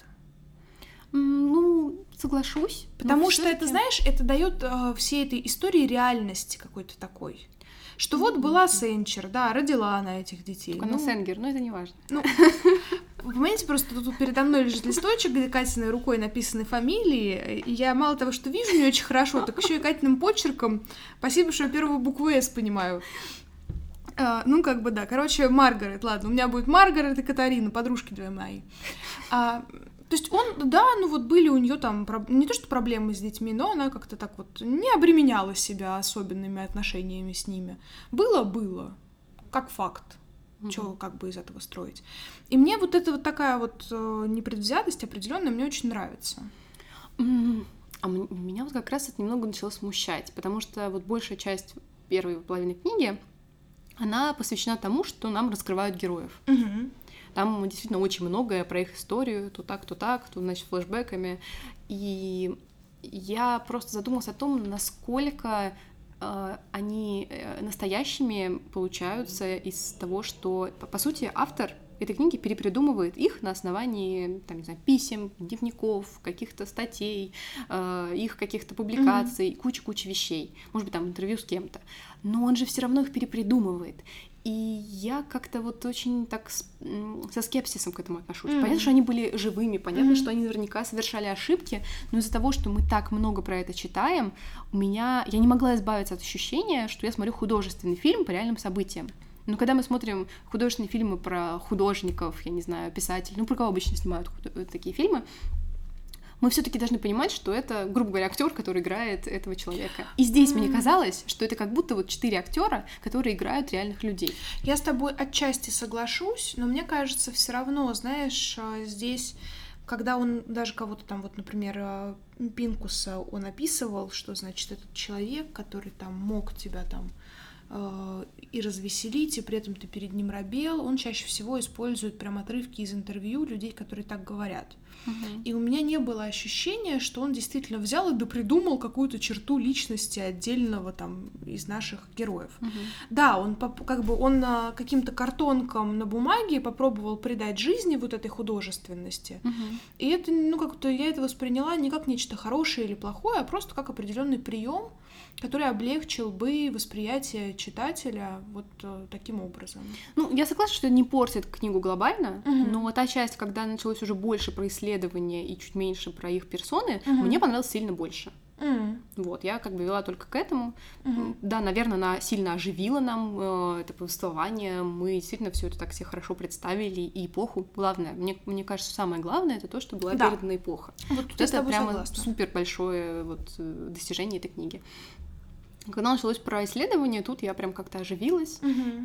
Ну, соглашусь. Потому что это, знаешь, это дает э, всей этой истории реальности какой-то такой. Что вот была Сенчер, да, родила она этих детей. Только ну, она Сенгер, но это не важно. Ну, вы понимаете, просто тут передо мной лежит листочек, где Катиной рукой написаны фамилии, и я мало того, что вижу не очень хорошо, так еще и Катиным почерком. Спасибо, что я первую букву «С» понимаю. А, ну, как бы, да. Короче, Маргарет, ладно, у меня будет Маргарет и Катарина, подружки две мои. А, то есть он, да, ну вот были у нее там не то что проблемы с детьми, но она как-то так вот не обременяла себя особенными отношениями с ними. Было-было, как факт. Mm-hmm. Чего как бы из этого строить. И мне вот эта вот такая вот э, непредвзятость определенная мне очень нравится. Mm-hmm. А меня вот как раз это немного начало смущать, потому что вот большая часть первой половины книги, она посвящена тому, что нам раскрывают героев. Mm-hmm. Там действительно очень многое про их историю, то так, то так, то, значит, флешбэками. И я просто задумалась о том, насколько они настоящими получаются из того, что, по сути, автор этой книги перепридумывает их на основании, там, не знаю, писем, дневников, каких-то статей, их каких-то публикаций, mm-hmm. куча-куча вещей, может быть, там интервью с кем-то, но он же все равно их перепридумывает. И я как-то вот очень так с, со скепсисом к этому отношусь. Mm-hmm. Понятно, что они были живыми, понятно, mm-hmm. что они наверняка совершали ошибки, но из-за того, что мы так много про это читаем, у меня... я не могла избавиться от ощущения, что я смотрю художественный фильм по реальным событиям. Но когда мы смотрим художественные фильмы про художников, я не знаю, писателей, ну, про кого обычно снимают такие фильмы, мы все-таки должны понимать, что это, грубо говоря, актер, который играет этого человека. И здесь mm-hmm. мне казалось, что это как будто вот четыре актера, которые играют реальных людей. Я с тобой отчасти соглашусь, но мне кажется, все равно, знаешь, здесь, когда он даже кого-то там, вот, например, Пинкуса, он описывал, что, значит, этот человек, который там мог тебя там и развеселить, и при этом ты перед ним робел, он чаще всего использует прям отрывки из интервью людей, которые так говорят. Uh-huh. И у меня не было ощущения, что он действительно взял и допридумал какую-то черту личности отдельного там из наших героев. Uh-huh. Да, он как бы он каким-то картонком на бумаге попробовал придать жизни вот этой художественности. Uh-huh. И это, ну, как-то я это восприняла не как нечто хорошее или плохое, а просто как определенный прием, который облегчил бы восприятие читателя вот э, таким образом. Ну, я согласна, что это не портит книгу глобально, uh-huh. но та часть, когда началось уже больше про исследования и чуть меньше про их персоны, uh-huh. мне понравилось сильно больше. Uh-huh. Вот, я как бы вела только к этому. Uh-huh. Да, наверное, она сильно оживила нам э, это повествование, мы действительно все это так все хорошо представили, и эпоху. Главное, мне, мне кажется, самое главное, это то, что была да. передана эпоха. Вот, вот это прямо согласна. Супер большое вот, достижение этой книги. Когда началось про исследование, тут я прям как-то оживилась uh-huh.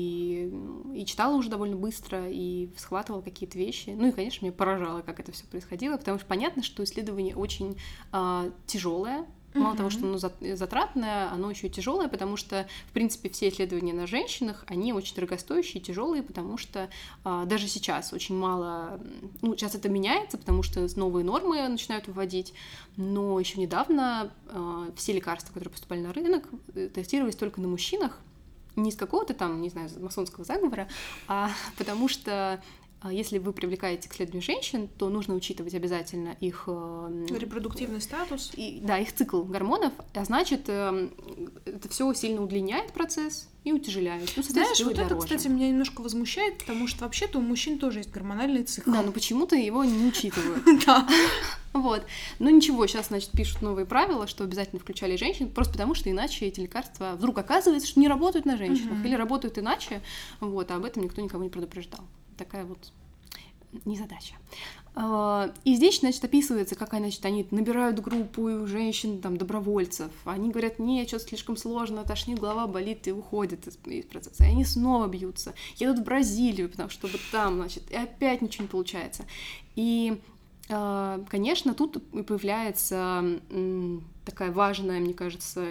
и, и читала уже довольно быстро, и схватывала какие-то вещи. Ну и, конечно, меня поражало, как это все происходило, потому что понятно, что исследование очень а, тяжелое. Мало uh-huh. того, что оно затратное, оно еще и тяжелое, потому что, в принципе, все исследования на женщинах, они очень дорогостоящие, тяжелые, потому что а, даже сейчас очень мало, ну, сейчас это меняется, потому что новые нормы начинают вводить, но еще недавно а, все лекарства, которые поступали на рынок, тестировались только на мужчинах, не из какого-то там, не знаю, масонского заговора, а потому что если вы привлекаете к исследованию женщин, то нужно учитывать обязательно их... репродуктивный статус. И, да, их цикл гормонов, а значит, это все сильно удлиняет процесс и утяжеляет. Ну, знаешь, вот это, кстати, меня немножко возмущает, потому что вообще-то у мужчин тоже есть гормональный цикл. Да, но почему-то его не учитывают. Да. Вот. Но ничего, сейчас, значит, пишут новые правила, что обязательно включали женщин, просто потому что иначе эти лекарства вдруг оказывается, что не работают на женщинах, или работают иначе, вот, а об этом никто никого не предупреждал. Такая вот незадача. И здесь, значит, описывается, как, значит, они набирают группу женщин, там, добровольцев. Они говорят, нет, что-то слишком сложно, тошнит, голова болит, и уходят из, из процесса. И они снова бьются. Едут в Бразилию, потому что чтобы там, значит, и опять ничего не получается. И, конечно, тут появляется такая важная, мне кажется,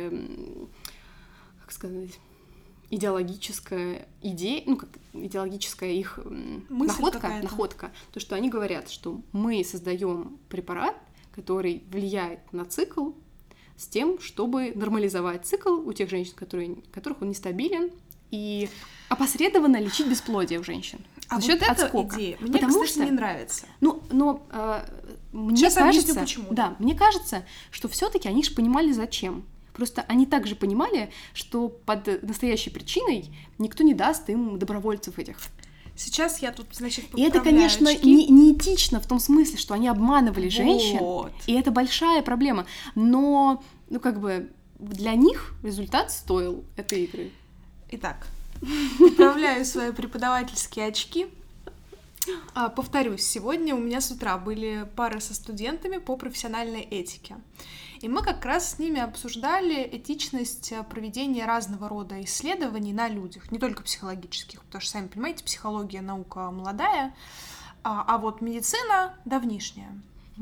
как сказать... идеологическая идея, ну, как идеологическая их мысль находка, какая-то. находка, то, что они говорят, что мы создаем препарат, который влияет на цикл с тем, чтобы нормализовать цикл у тех женщин, которые, которых он нестабилен, и опосредованно лечить бесплодие у женщин. А за счет вот эта отскока. идея мне, Потому кстати, что, не нравится. Ну, но э, мне Сейчас кажется, объясню, почему. Да, мне кажется, что все-таки они же понимали, зачем. Просто они также понимали, что под настоящей причиной никто не даст им добровольцев этих. Сейчас я тут, значит, И это, конечно, не, не этично в том смысле, что они обманывали вот. женщин, и это большая проблема. Но, ну, как бы, для них результат стоил этой игры. Итак, поправляю свои преподавательские очки. А, повторюсь, сегодня у меня с утра были пары со студентами по профессиональной этике. И мы как раз с ними обсуждали этичность проведения разного рода исследований на людях, не только психологических, потому что, сами понимаете, психология наука молодая, а, а вот медицина давнишняя.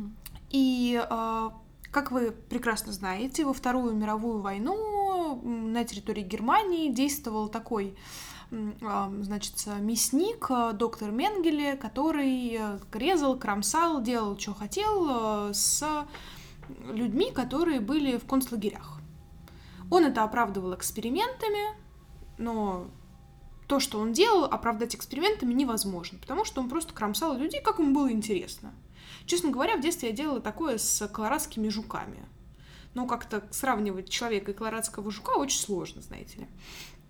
И, как вы прекрасно знаете, во Вторую мировую войну на территории Германии действовал такой, значит, мясник, доктор Менгеле, который резал, кромсал, делал, что хотел с людьми, которые были в концлагерях. Он это оправдывал экспериментами, но то, что он делал, оправдать экспериментами невозможно, потому что он просто кромсал людей, как ему было интересно. Честно говоря, в детстве я делала такое с колорадскими жуками. Но как-то сравнивать человека и колорадского жука очень сложно, знаете ли.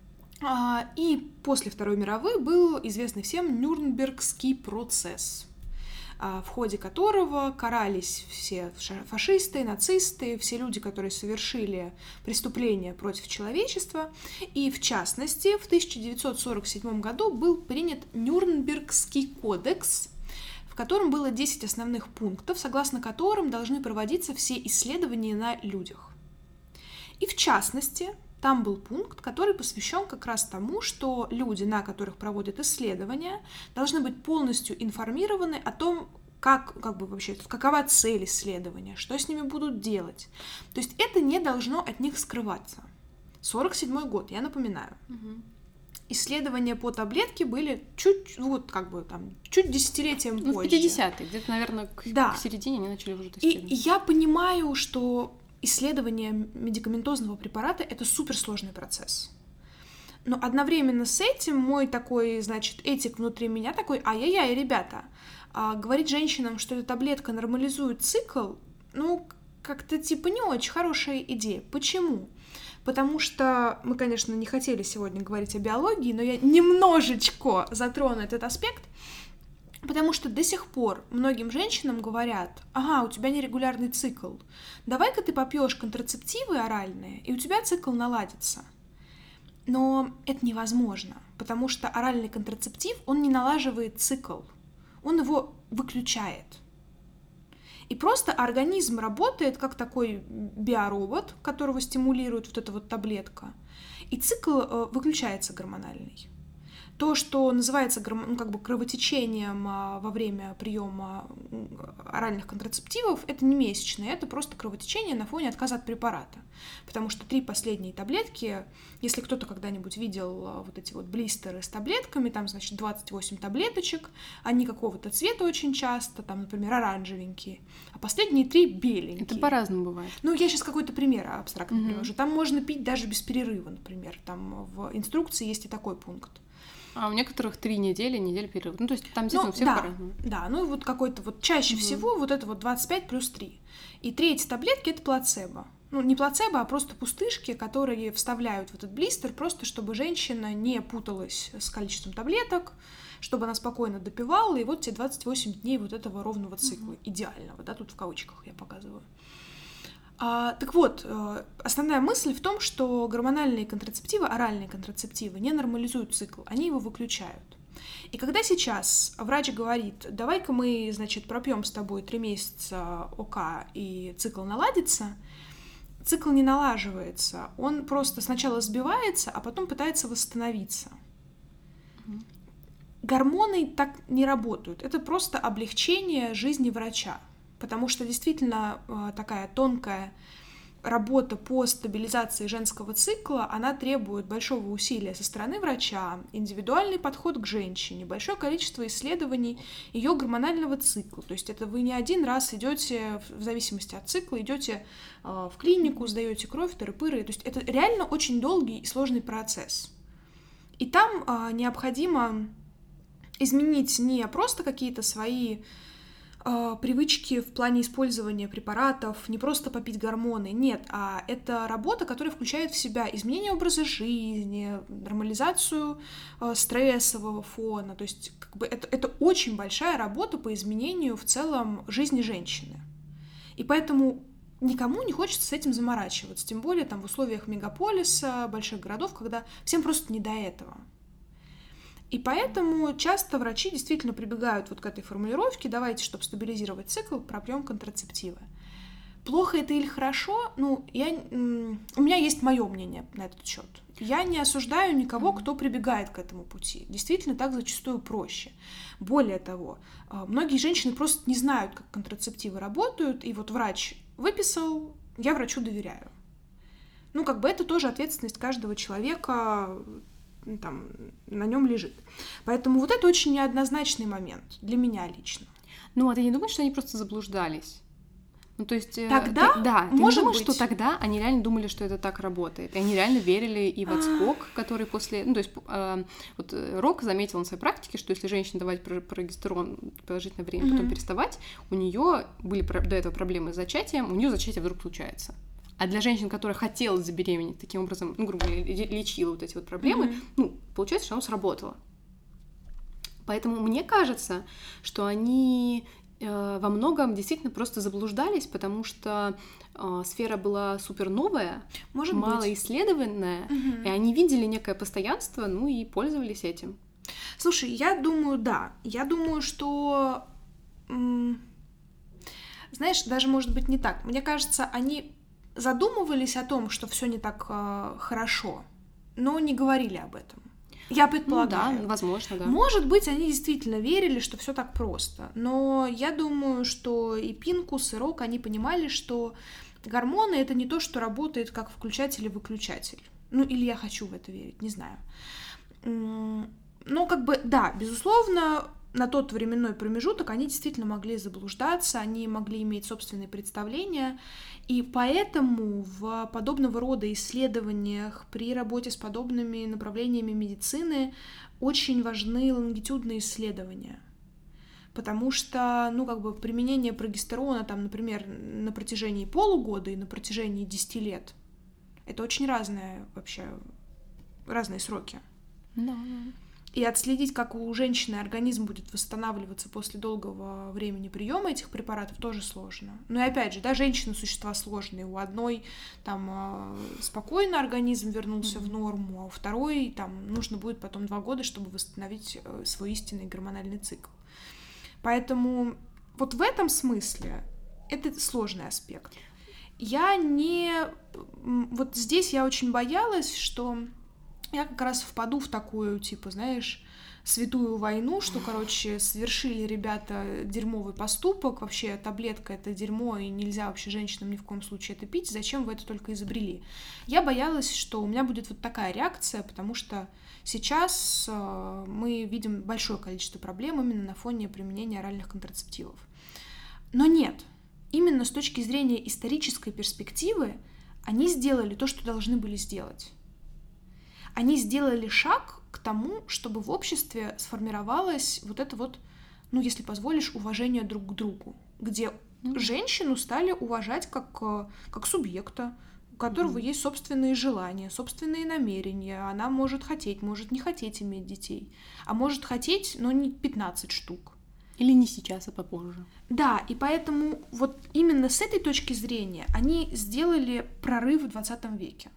И после Второй мировой был известный всем Нюрнбергский процесс, в ходе которого карались все фашисты, нацисты, все люди, которые совершили преступления против человечества. И, в частности, в тысяча девятьсот сорок седьмом году был принят Нюрнбергский кодекс, в котором было десять основных пунктов, согласно которым должны проводиться все исследования на людях. И, в частности, там был пункт, который посвящен как раз тому, что люди, на которых проводят исследования, должны быть полностью информированы о том, как, как бы вообще, какова цель исследования, что с ними будут делать. То есть это не должно от них скрываться. сорок седьмой год, я напоминаю. Угу. Исследования по таблетке были чуть, вот как бы там, чуть десятилетием ну, позже. В пятидесятые, где-то, наверное, к, да. к середине они начали уже тестировать. И я понимаю, что исследование медикаментозного препарата — это суперсложный процесс. Но одновременно с этим мой такой, значит, этик внутри меня такой: ай-яй-яй, ребята, а говорить женщинам, что эта таблетка нормализует цикл, ну, как-то типа не очень хорошая идея. Почему? Потому что мы, конечно, не хотели сегодня говорить о биологии, но я немножечко затрону этот аспект. Потому что до сих пор многим женщинам говорят: ага, у тебя нерегулярный цикл, давай-ка ты попьешь контрацептивы оральные, и у тебя цикл наладится. Но это невозможно, потому что оральный контрацептив, он не налаживает цикл, он его выключает. И просто организм работает как такой биоробот, которого стимулирует вот эта вот таблетка, и цикл выключается гормональный. То, что называется ну, как бы кровотечением во время приема оральных контрацептивов, это не месячное, это просто кровотечение на фоне отказа от препарата. Потому что три последние таблетки, если кто-то когда-нибудь видел вот эти вот блистеры с таблетками, там, значит, двадцать восемь таблеточек, они какого-то цвета очень часто, там, например, оранжевенькие, а последние три беленькие. Это по-разному бывает. Ну, я сейчас какой-то пример абстрактно Mm-hmm. привожу. Там можно пить даже без перерыва, например. Там в инструкции есть и такой пункт. А у некоторых три недели, неделя перерыва. Ну, то есть там действительно ну, все да, по-разному. Да, ну вот какой-то вот чаще угу. всего вот это вот двадцать пять плюс три. И третьи таблетки — это плацебо. Ну, не плацебо, а просто пустышки, которые вставляют в этот блистер, просто чтобы женщина не путалась с количеством таблеток, чтобы она спокойно допивала, и вот те двадцать восемь дней вот этого ровного цикла, угу. идеального, да, тут в кавычках я показываю. А, так вот, основная мысль в том, что гормональные контрацептивы, оральные контрацептивы не нормализуют цикл, они его выключают. И когда сейчас врач говорит: давай-ка мы, значит, пропьем с тобой три месяца ОК и цикл наладится, цикл не налаживается, он просто сначала сбивается, а потом пытается восстановиться. Mm-hmm. Гормоны так не работают, это просто облегчение жизни врача. Потому что действительно такая тонкая работа по стабилизации женского цикла, она требует большого усилия со стороны врача, индивидуальный подход к женщине, большое количество исследований ее гормонального цикла. То есть это вы не один раз идете, в зависимости от цикла, идете в клинику, сдаете кровь, тыры-пыры. То есть это реально очень долгий и сложный процесс. И там необходимо изменить не просто какие-то свои привычки в плане использования препаратов, не просто попить гормоны, нет, а это работа, которая включает в себя изменение образа жизни, нормализацию э, стрессового фона, то есть как бы это, это очень большая работа по изменению в целом жизни женщины. И поэтому никому не хочется с этим заморачиваться, тем более там в условиях мегаполиса, больших городов, когда всем просто не до этого. И поэтому часто врачи действительно прибегают вот к этой формулировке: давайте, чтобы стабилизировать цикл, пропьем контрацептивы. Плохо это или хорошо? Ну, я, у меня есть мое мнение на этот счет. Я не осуждаю никого, кто прибегает к этому пути. Действительно, так зачастую проще. Более того, многие женщины просто не знают, как контрацептивы работают, и вот врач выписал, я врачу доверяю. Ну, как бы это тоже ответственность каждого человека, там, на нем лежит. Поэтому вот это очень неоднозначный момент для меня лично. Ну, а ты не думаешь, что они просто заблуждались? Ну, то есть... Тогда, ты, да, может ты не думаешь, быть... что тогда они реально думали, что это так работает? И они реально верили и в отскок, который после... Ну, то есть э, вот Рок заметил на своей практике, что если женщине давать прогестерон продолжительное время, mm-hmm. потом переставать, у нее были до этого проблемы с зачатием, у нее зачатие вдруг случается. А для женщин, которая хотела забеременеть, таким образом, ну, грубо говоря, лечила вот эти вот проблемы, mm-hmm. ну, получается, что оно сработало. Поэтому мне кажется, что они... во многом действительно просто заблуждались, потому что э, сфера была супер новая, Может малоисследованная, угу. и они видели некое постоянство, ну и пользовались этим. Слушай, я думаю, да. Я думаю, что... М- знаешь, даже может быть не так. Мне кажется, они задумывались о том, что все не так э, хорошо, но не говорили об этом. Я предполагаю. Ну да, возможно, да. Может быть, они действительно верили, что все так просто. Но я думаю, что и Пинкус, и Рок, они понимали, что гормоны — это не то, что работает как включатель и выключатель. Ну, или я хочу в это верить, не знаю. Но как бы, да, безусловно, на тот временной промежуток они действительно могли заблуждаться, они могли иметь собственные представления, и поэтому в подобного рода исследованиях при работе с подобными направлениями медицины очень важны лонгитюдные исследования. Потому что, ну, как бы применение прогестерона, там, например, на протяжении полугода и на протяжении десяти лет, это очень разные вообще, разные сроки. Да. И отследить, как у женщины организм будет восстанавливаться после долгого времени приема этих препаратов, тоже сложно. Но и опять же, да, женщины — существа сложные. У одной там спокойно организм вернулся mm-hmm. в норму, а у второй там нужно будет потом два года, чтобы восстановить свой истинный гормональный цикл. Поэтому вот в этом смысле это сложный аспект. Я не... Вот здесь я очень боялась, что я как раз впаду в такую, типа, знаешь, святую войну, что, короче, совершили ребята дерьмовый поступок, вообще таблетка — это дерьмо, и нельзя вообще женщинам ни в коем случае это пить, зачем вы это только изобрели? Я боялась, что у меня будет вот такая реакция, потому что сейчас э, мы видим большое количество проблем именно на фоне применения оральных контрацептивов. Но нет, именно с точки зрения исторической перспективы они сделали то, что должны были сделать. Они сделали шаг к тому, чтобы в обществе сформировалось вот это вот, ну, если позволишь, уважение друг к другу, где mm-hmm. женщину стали уважать как, как субъекта, у которого mm-hmm. есть собственные желания, собственные намерения. Она может хотеть, может не хотеть иметь детей, а может хотеть, но не пятнадцать штук. Или не сейчас, а попозже. Да, и поэтому вот именно с этой точки зрения они сделали прорыв в двадцатом веке.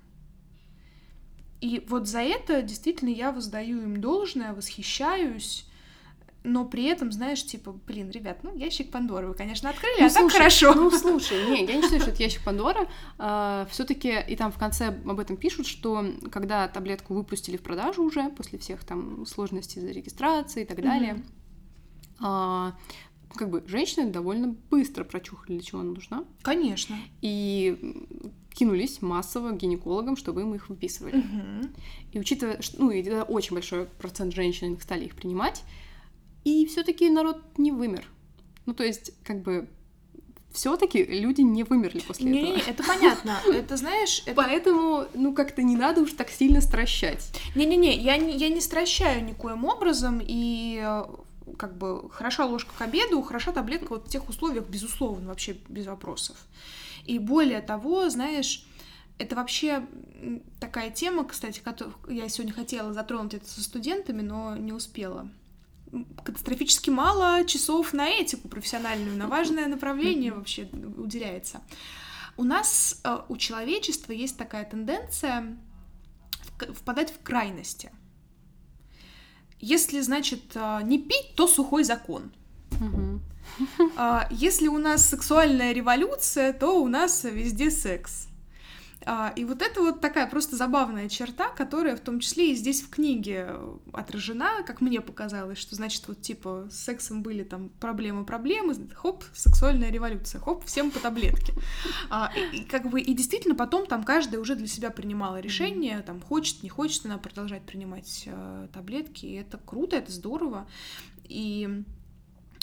И вот за это действительно я воздаю им должное, восхищаюсь, но при этом, знаешь, типа, блин, ребят, ну, ящик Пандоры вы, конечно, открыли, ну, а слушай, так хорошо. Ну, слушай, не, я не считаю, что это ящик Пандоры. А, все-таки и там в конце об этом пишут, что когда таблетку выпустили в продажу уже, после всех там сложностей за регистрацией и так далее, mm-hmm. а, как бы женщины довольно быстро прочухали, для чего она нужна. Конечно. И кинулись массово к гинекологам, чтобы им их выписывали. Uh-huh. И учитывая, что, ну, и очень большой процент женщин стали их принимать, и все-таки народ не вымер. Ну, то есть, как бы, все-таки люди не вымерли после не, этого. Не, это понятно. Это, знаешь... Это... Поэтому, ну, как-то не надо уж так сильно стращать. Не-не-не, я не, я не стращаю никоим образом, и... как бы хороша ложка к обеду, хороша таблетка вот в тех условиях, безусловно, вообще без вопросов. И более того, знаешь, это вообще такая тема, кстати, которую я сегодня хотела затронуть это со студентами, но не успела. Катастрофически мало часов на этику профессиональную, на важное направление вообще уделяется. У нас, у человечества есть такая тенденция впадать в крайности. Если, значит, не пить, то сухой закон. Угу. Если у нас сексуальная революция, то у нас везде секс. И вот это вот такая просто забавная черта, которая в том числе и здесь в книге отражена, как мне показалось, что, значит, вот типа с сексом были там проблемы-проблемы, хоп, сексуальная революция, хоп, всем по таблетке. И, и как бы и действительно потом там каждая уже для себя принимала решение, там хочет, не хочет она продолжать принимать э, таблетки, и это круто, это здорово. И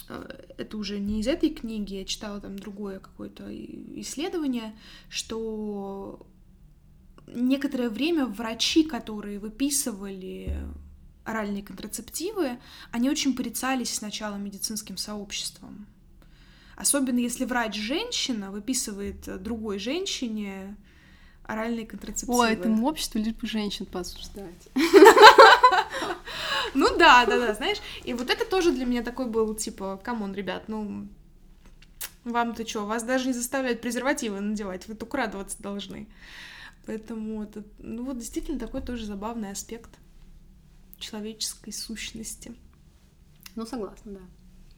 это уже не из этой книги, я читала там другое какое-то исследование, что некоторое время врачи, которые выписывали оральные контрацептивы, они очень порицались сначала медицинским сообществом. Особенно если врач-женщина выписывает другой женщине оральные контрацептивы. О, этому обществу лишь бы женщин поосуждать. Ну да, да, да, знаешь. И вот это тоже для меня такой был, типа, камон, ребят, ну, вам-то чё, вас даже не заставляют презервативы надевать, вы только радоваться должны. Поэтому это, ну вот действительно такой тоже забавный аспект человеческой сущности. Ну, согласна, да.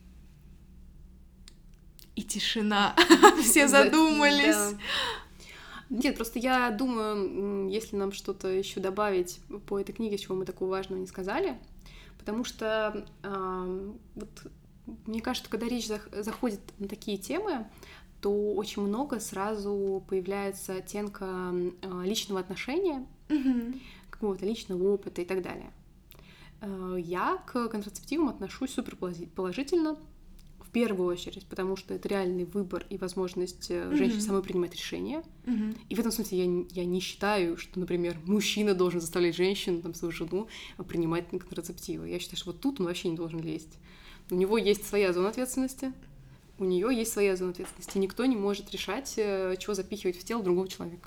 И тишина. Все задумались. Нет, просто я думаю, если нам что-то еще добавить по этой книге, чего мы такого важного не сказали, потому что э, вот, мне кажется, когда речь заходит на такие темы, то очень много сразу появляется оттенка э, личного отношения, mm-hmm. какого-то личного опыта и так далее. Э, я к контрацептивам отношусь супер положительно, в первую очередь, потому что это реальный выбор и возможность mm-hmm. женщины самой принимать решения. Mm-hmm. И в этом смысле я, я не считаю, что, например, мужчина должен заставлять женщину, там, свою жену принимать контрацептивы. Я считаю, что вот тут он вообще не должен лезть. У него есть своя зона ответственности, у нее есть своя зона ответственности. Никто не может решать, чего запихивать в тело другого человека.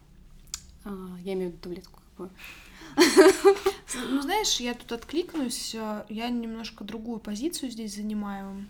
А, я имею в виду таблетку, как бы. Ну, знаешь, я тут откликнусь, я немножко другую позицию здесь занимаю.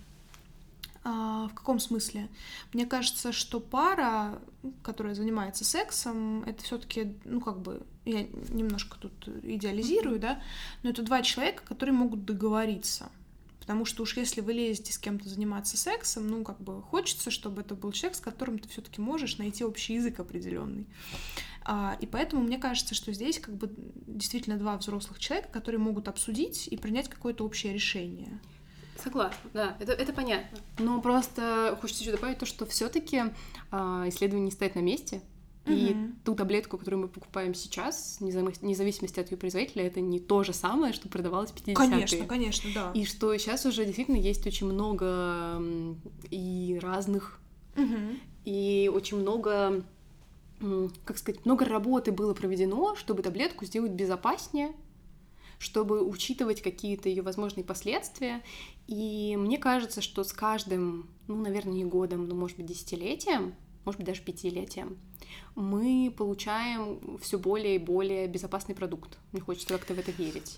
А, в каком смысле? Мне кажется, что пара, которая занимается сексом, это все-таки, ну, как бы, я немножко тут идеализирую, mm-hmm. да, но это два человека, которые могут договориться. Потому что уж если вы лезете с кем-то заниматься сексом, ну, как бы хочется, чтобы это был человек, с которым ты все-таки можешь найти общий язык определенный. А, и поэтому мне кажется, что здесь как бы действительно два взрослых человека, которые могут обсудить и принять какое-то общее решение. Согласна, да, это, это понятно. Но просто хочется еще добавить то, что все-таки э, исследование не стоит на месте. Mm-hmm. И ту таблетку, которую мы покупаем сейчас, вне зависимости от ее производителя, это не то же самое, что продавалось в пятидесятые. Конечно, конечно, да. И что сейчас уже действительно есть очень много и разных, mm-hmm. и очень много, как сказать, много работы было проведено, чтобы таблетку сделать безопаснее, чтобы учитывать какие-то ее возможные последствия. И мне кажется, что с каждым, ну, наверное, не годом, но, может быть, десятилетием, может быть, даже пятилетием, мы получаем все более и более безопасный продукт. Мне хочется как-то в это верить.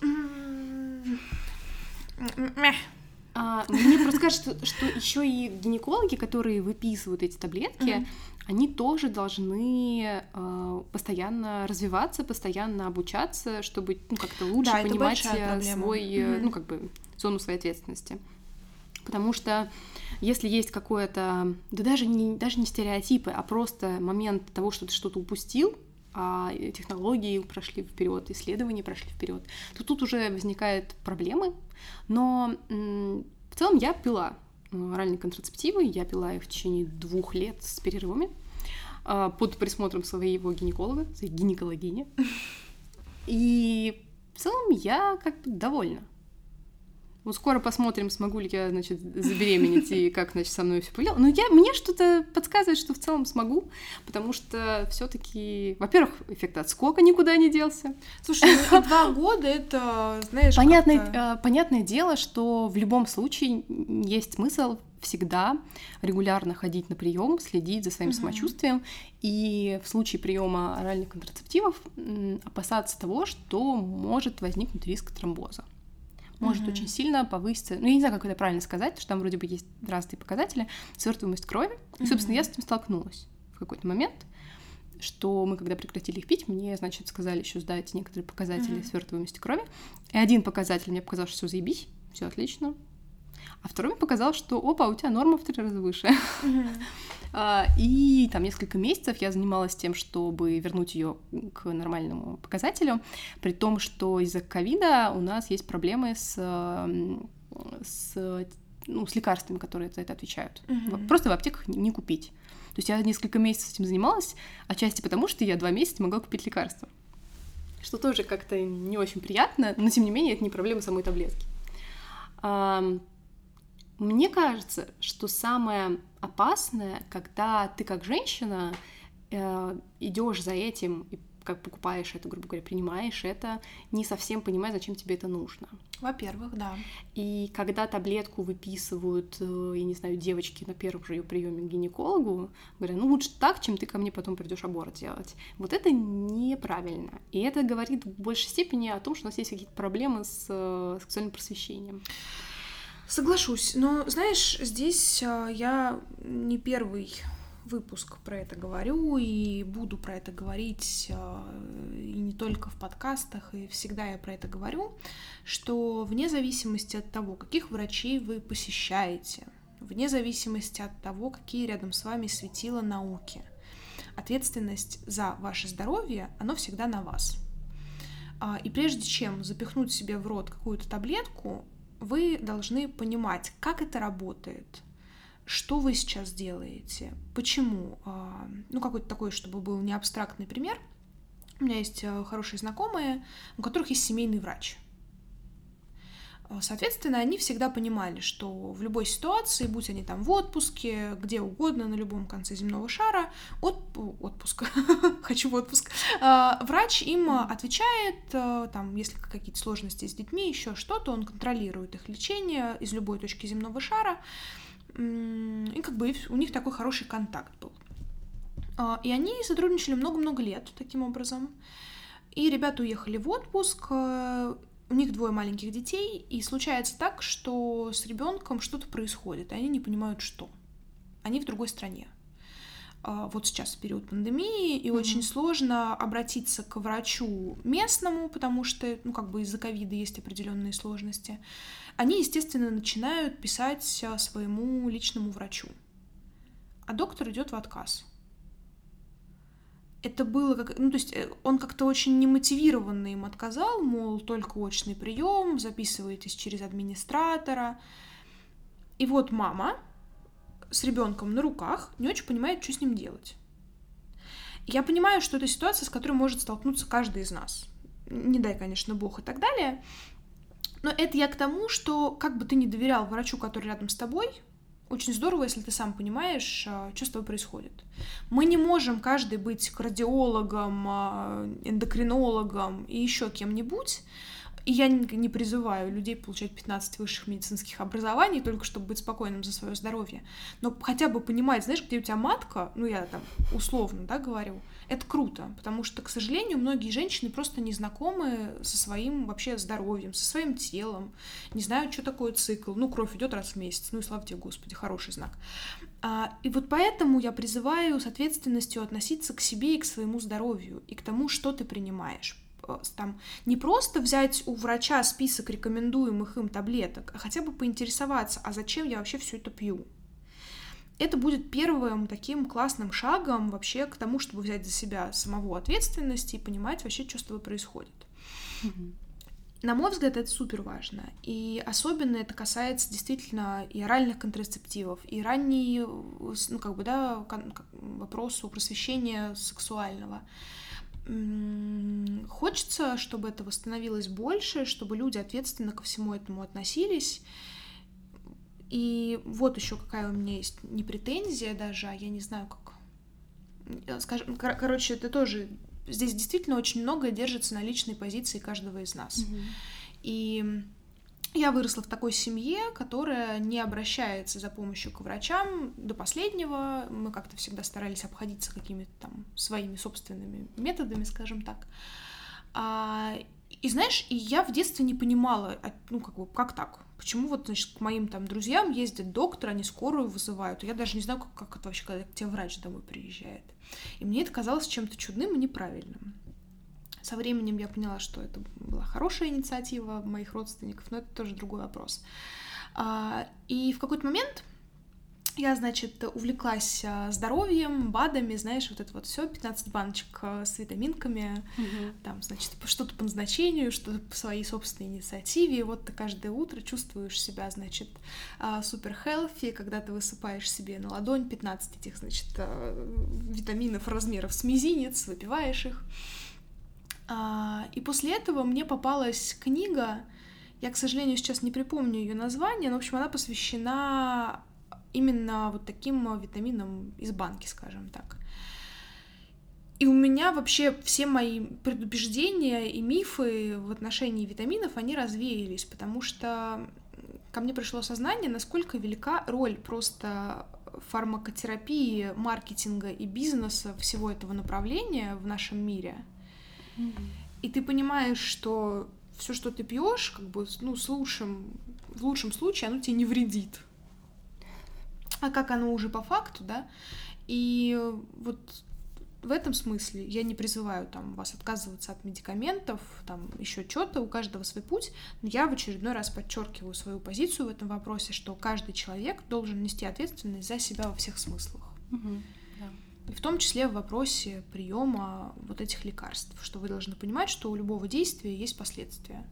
А, мне просто кажется, что, что еще и гинекологи, которые выписывают эти таблетки, mm-hmm. они тоже должны э, постоянно развиваться, постоянно обучаться, чтобы ну, как-то лучше да, понимать свой, mm-hmm. ну, как бы, зону своей ответственности. Потому что если есть какое-то, да даже не, даже не стереотипы, а просто момент того, что ты что-то упустил, а технологии прошли вперед, исследования прошли вперед, то тут уже возникают проблемы. Но м- в целом я пила оральные контрацептивы, я пила их в течение двух лет с перерывами э, под присмотром своего гинеколога, своей гинекологини. И в целом я как бы довольна. Вот скоро посмотрим, смогу ли я, значит, забеременеть и как, значит, со мной все повлияло. Но я, мне что-то подсказывает, что в целом смогу, потому что все-таки, во-первых, эффект отскока никуда не делся. Слушай, ну, два года это, знаешь, понятное, как-то... понятное дело, что в любом случае есть смысл всегда регулярно ходить на прием, следить за своим угу. самочувствием, и в случае приема оральных контрацептивов опасаться того, что может возникнуть риск тромбоза. Может mm-hmm. очень сильно повыситься, ну, я не знаю, как это правильно сказать, потому что там вроде бы есть разные показатели, свертываемость крови. Mm-hmm. И, собственно, я с этим столкнулась в какой-то момент, что мы, когда прекратили их пить, мне, значит, сказали еще сдать некоторые показатели mm-hmm. свертываемости крови. И один показатель мне показал, что все заебись, все отлично. А второй мне показал, что, опа, у тебя норма в три раза выше. Mm-hmm. И там несколько месяцев я занималась тем, чтобы вернуть ее к нормальному показателю, при том, что из-за ковида у нас есть проблемы с, с, ну, с лекарствами, которые за это отвечают. Mm-hmm. Просто в аптеках не купить. То есть я несколько месяцев этим занималась, отчасти потому, что я два месяца могла купить лекарства. Что тоже как-то не очень приятно, но тем не менее это не проблема самой таблетки. Мне кажется, что самое опасное, когда ты как женщина э, идешь за этим и как покупаешь это, грубо говоря, принимаешь это, не совсем понимая, зачем тебе это нужно. Во-первых, да. И когда таблетку выписывают, э, я не знаю, девочки на первом же ее приеме к гинекологу, говоря, ну лучше так, чем ты ко мне потом придешь аборт делать. Вот это неправильно. И это говорит в большей степени о том, что у нас есть какие-то проблемы с э, сексуальным просвещением. Соглашусь, но, знаешь, здесь э, я не первый выпуск про это говорю и буду про это говорить э, и не только в подкастах, и всегда я про это говорю, что вне зависимости от того, каких врачей вы посещаете, вне зависимости от того, какие рядом с вами светила науки, ответственность за ваше здоровье, оно всегда на вас. И прежде чем запихнуть себе в рот какую-то таблетку, вы должны понимать, как это работает, что вы сейчас делаете, почему. Ну, какой-то такой, чтобы был не абстрактный пример. У меня есть хорошие знакомые, у которых есть семейный врач. Соответственно, они всегда понимали, что в любой ситуации, будь они там в отпуске, где угодно, на любом конце земного шара, от, отпуск, хочу в отпуск, врач им отвечает, там, если какие-то сложности с детьми, еще что-то, он контролирует их лечение из любой точки земного шара, и как бы у них такой хороший контакт был. И они сотрудничали много-много лет таким образом. И ребята уехали в отпуск, у них двое маленьких детей, и случается так, что с ребенком что-то происходит, и они не понимают, что. Они в другой стране. Вот сейчас период пандемии, и mm-hmm. очень сложно обратиться к врачу местному, потому что, ну, как бы из-за ковида есть определенные сложности. Они, естественно, начинают писать своему личному врачу. А доктор идет в отказ. Это было как... Ну, то есть он как-то очень немотивированно им отказал, мол, только очный прием, записываетесь через администратора. И вот мама с ребенком на руках не очень понимает, что с ним делать. Я понимаю, что это ситуация, с которой может столкнуться каждый из нас. Не дай, конечно, бог и так далее. Но это я к тому, что как бы ты ни доверял врачу, который рядом с тобой, очень здорово, если ты сам понимаешь, что с тобой происходит. Мы не можем каждый быть кардиологом, эндокринологом и еще кем-нибудь. И я не призываю людей получать пятнадцать высших медицинских образований только чтобы быть спокойным за свое здоровье. Но хотя бы понимать, знаешь, где у тебя матка, ну я там условно, да, говорю, это круто, потому что, к сожалению, многие женщины просто не знакомы со своим вообще здоровьем, со своим телом, не знают, что такое цикл. Ну, кровь идет раз в месяц, ну и слава тебе, Господи, хороший знак. А, и вот поэтому я призываю с ответственностью относиться к себе и к своему здоровью, и к тому, что ты принимаешь. Там, не просто взять у врача список рекомендуемых им таблеток, а хотя бы поинтересоваться, а зачем я вообще все это пью. Это будет первым таким классным шагом вообще к тому, чтобы взять за себя самого ответственность и понимать вообще, что с тобой происходит. Mm-hmm. На мой взгляд, это супер важно. И особенно это касается действительно и оральных контрацептивов, и ранней, ну, как бы, да, вопросу просвещения сексуального. Хочется, чтобы этого становилось больше, чтобы люди ответственно ко всему этому относились. И вот еще какая у меня есть не претензия даже, а я не знаю, как... Скажем, кор- короче, это тоже... Здесь действительно очень многое держится на личной позиции каждого из нас. Mm-hmm. И я выросла в такой семье, которая не обращается за помощью к врачам до последнего. Мы как-то всегда старались обходиться какими-то там своими собственными методами, скажем так. А, и знаешь, и я в детстве не понимала, ну, как бы, как так? Почему вот, значит, к моим там друзьям ездят доктор, они скорую вызывают, я даже не знаю, как, как это вообще, когда к тебе врач домой приезжает. И мне это казалось чем-то чудным и неправильным. Со временем я поняла, что это была хорошая инициатива моих родственников, но это тоже другой вопрос. И в какой-то момент я, значит, увлеклась здоровьем, БАДами, знаешь, вот это вот все, пятнадцать баночек с витаминками, угу. Там, значит, что-то по назначению, что-то по своей собственной инициативе, и вот ты каждое утро чувствуешь себя, значит, супер healthy, когда ты высыпаешь себе на ладонь пятнадцать этих, значит, витаминов размеров с мизинец, выпиваешь их. И после этого мне попалась книга, Я, к сожалению, сейчас не припомню ее название, но, в общем, она посвящена именно вот таким витаминам из банки, скажем так. И у меня вообще все мои предубеждения и мифы в отношении витаминов, они развеялись, потому что ко мне пришло сознание, насколько велика роль просто фармакотерапии, маркетинга и бизнеса всего этого направления в нашем мире. Mm-hmm. И ты понимаешь, что все, что ты пьешь, как бы, ну, с лучшим, в лучшем случае оно тебе не вредит. А как оно уже по факту, да? И вот в этом смысле я не призываю там вас отказываться от медикаментов, там еще что-то, у каждого свой путь, но я в очередной раз подчеркиваю свою позицию в этом вопросе, что каждый человек должен нести ответственность за себя во всех смыслах. Mm-hmm. Yeah. И в том числе в вопросе приема вот этих лекарств, что вы должны понимать, что у любого действия есть последствия.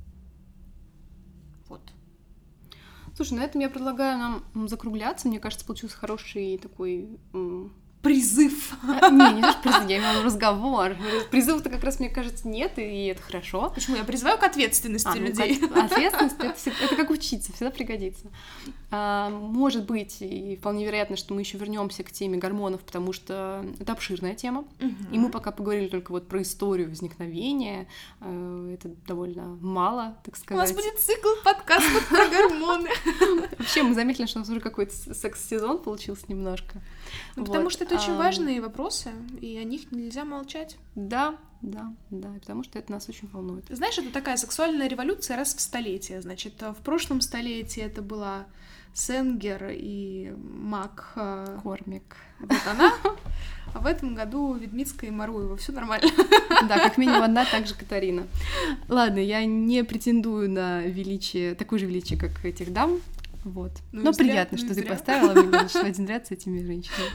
Вот. Слушай, на этом я предлагаю нам закругляться. Мне кажется, получился хороший такой... Призыв. А, не, не наш призыв, я имела в виду разговор. Призыва-то как раз, мне кажется, нет, и это хорошо. Почему? Я призываю к ответственности а, людей. Ну, ответственность — это, это как учиться, всегда пригодится. А, может быть, и вполне вероятно, что мы еще вернемся к теме гормонов, потому что это обширная тема. Угу. И мы пока поговорили только вот про историю возникновения. Это довольно мало, так сказать. У нас будет цикл подкастов про гормоны. Вообще, мы заметили, что у нас уже какой-то секс-сезон получился немножко. Ну, вот. Потому что это очень важные вопросы, и о них нельзя молчать. Да, да, да, потому что это нас очень волнует. Знаешь, это такая сексуальная революция раз в столетие. Значит, в прошлом столетии это была Сенгер и Мак Кормик. Вот она. А в этом году Ведмицкая и Маруева. Все нормально. Да, как минимум одна, так же Катарина. Ладно, я не претендую на величие, такое же величие, как этих дам. Вот. Ну, Но зря, приятно, ну, что зря. ты поставила меня в один ряд с этими женщинами.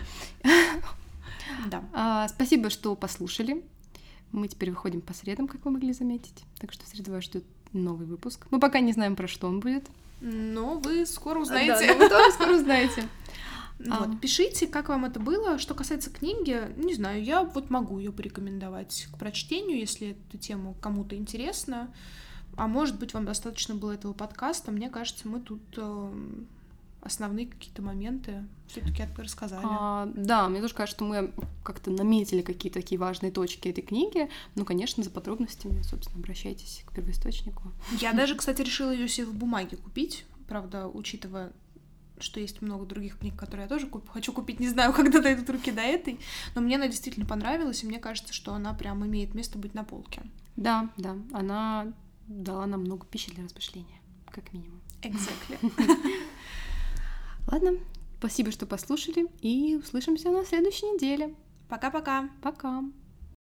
Да. А, спасибо, что послушали. Мы теперь выходим по средам, как вы могли заметить. Так что в среду вас ждет новый выпуск. Мы пока не знаем, про что он будет. Но вы скоро узнаете. Да, вы тоже скоро узнаете. Вот, а. Пишите, как вам это было. Что касается книги, не знаю, я вот могу ее порекомендовать к прочтению, если эту тему кому-то интересна. А может быть, вам достаточно было этого подкаста. Мне кажется, мы тут э, основные какие-то моменты все-таки рассказали. А, да, мне тоже кажется, что мы как-то наметили какие-то такие важные точки этой книги. Ну, конечно, за подробностями, собственно, обращайтесь к первоисточнику. Я даже, кстати, решила ее себе в бумаге купить. Правда, учитывая, что есть много других книг, которые я тоже куп- хочу купить, не знаю, когда дойдут руки до этой, но мне она действительно понравилась, и мне кажется, что она прям имеет место быть на полке. Да, да, она дала нам много пищи для размышления, как минимум. Exactly. Ладно, спасибо, что послушали, и услышимся на следующей неделе. Пока-пока. Пока.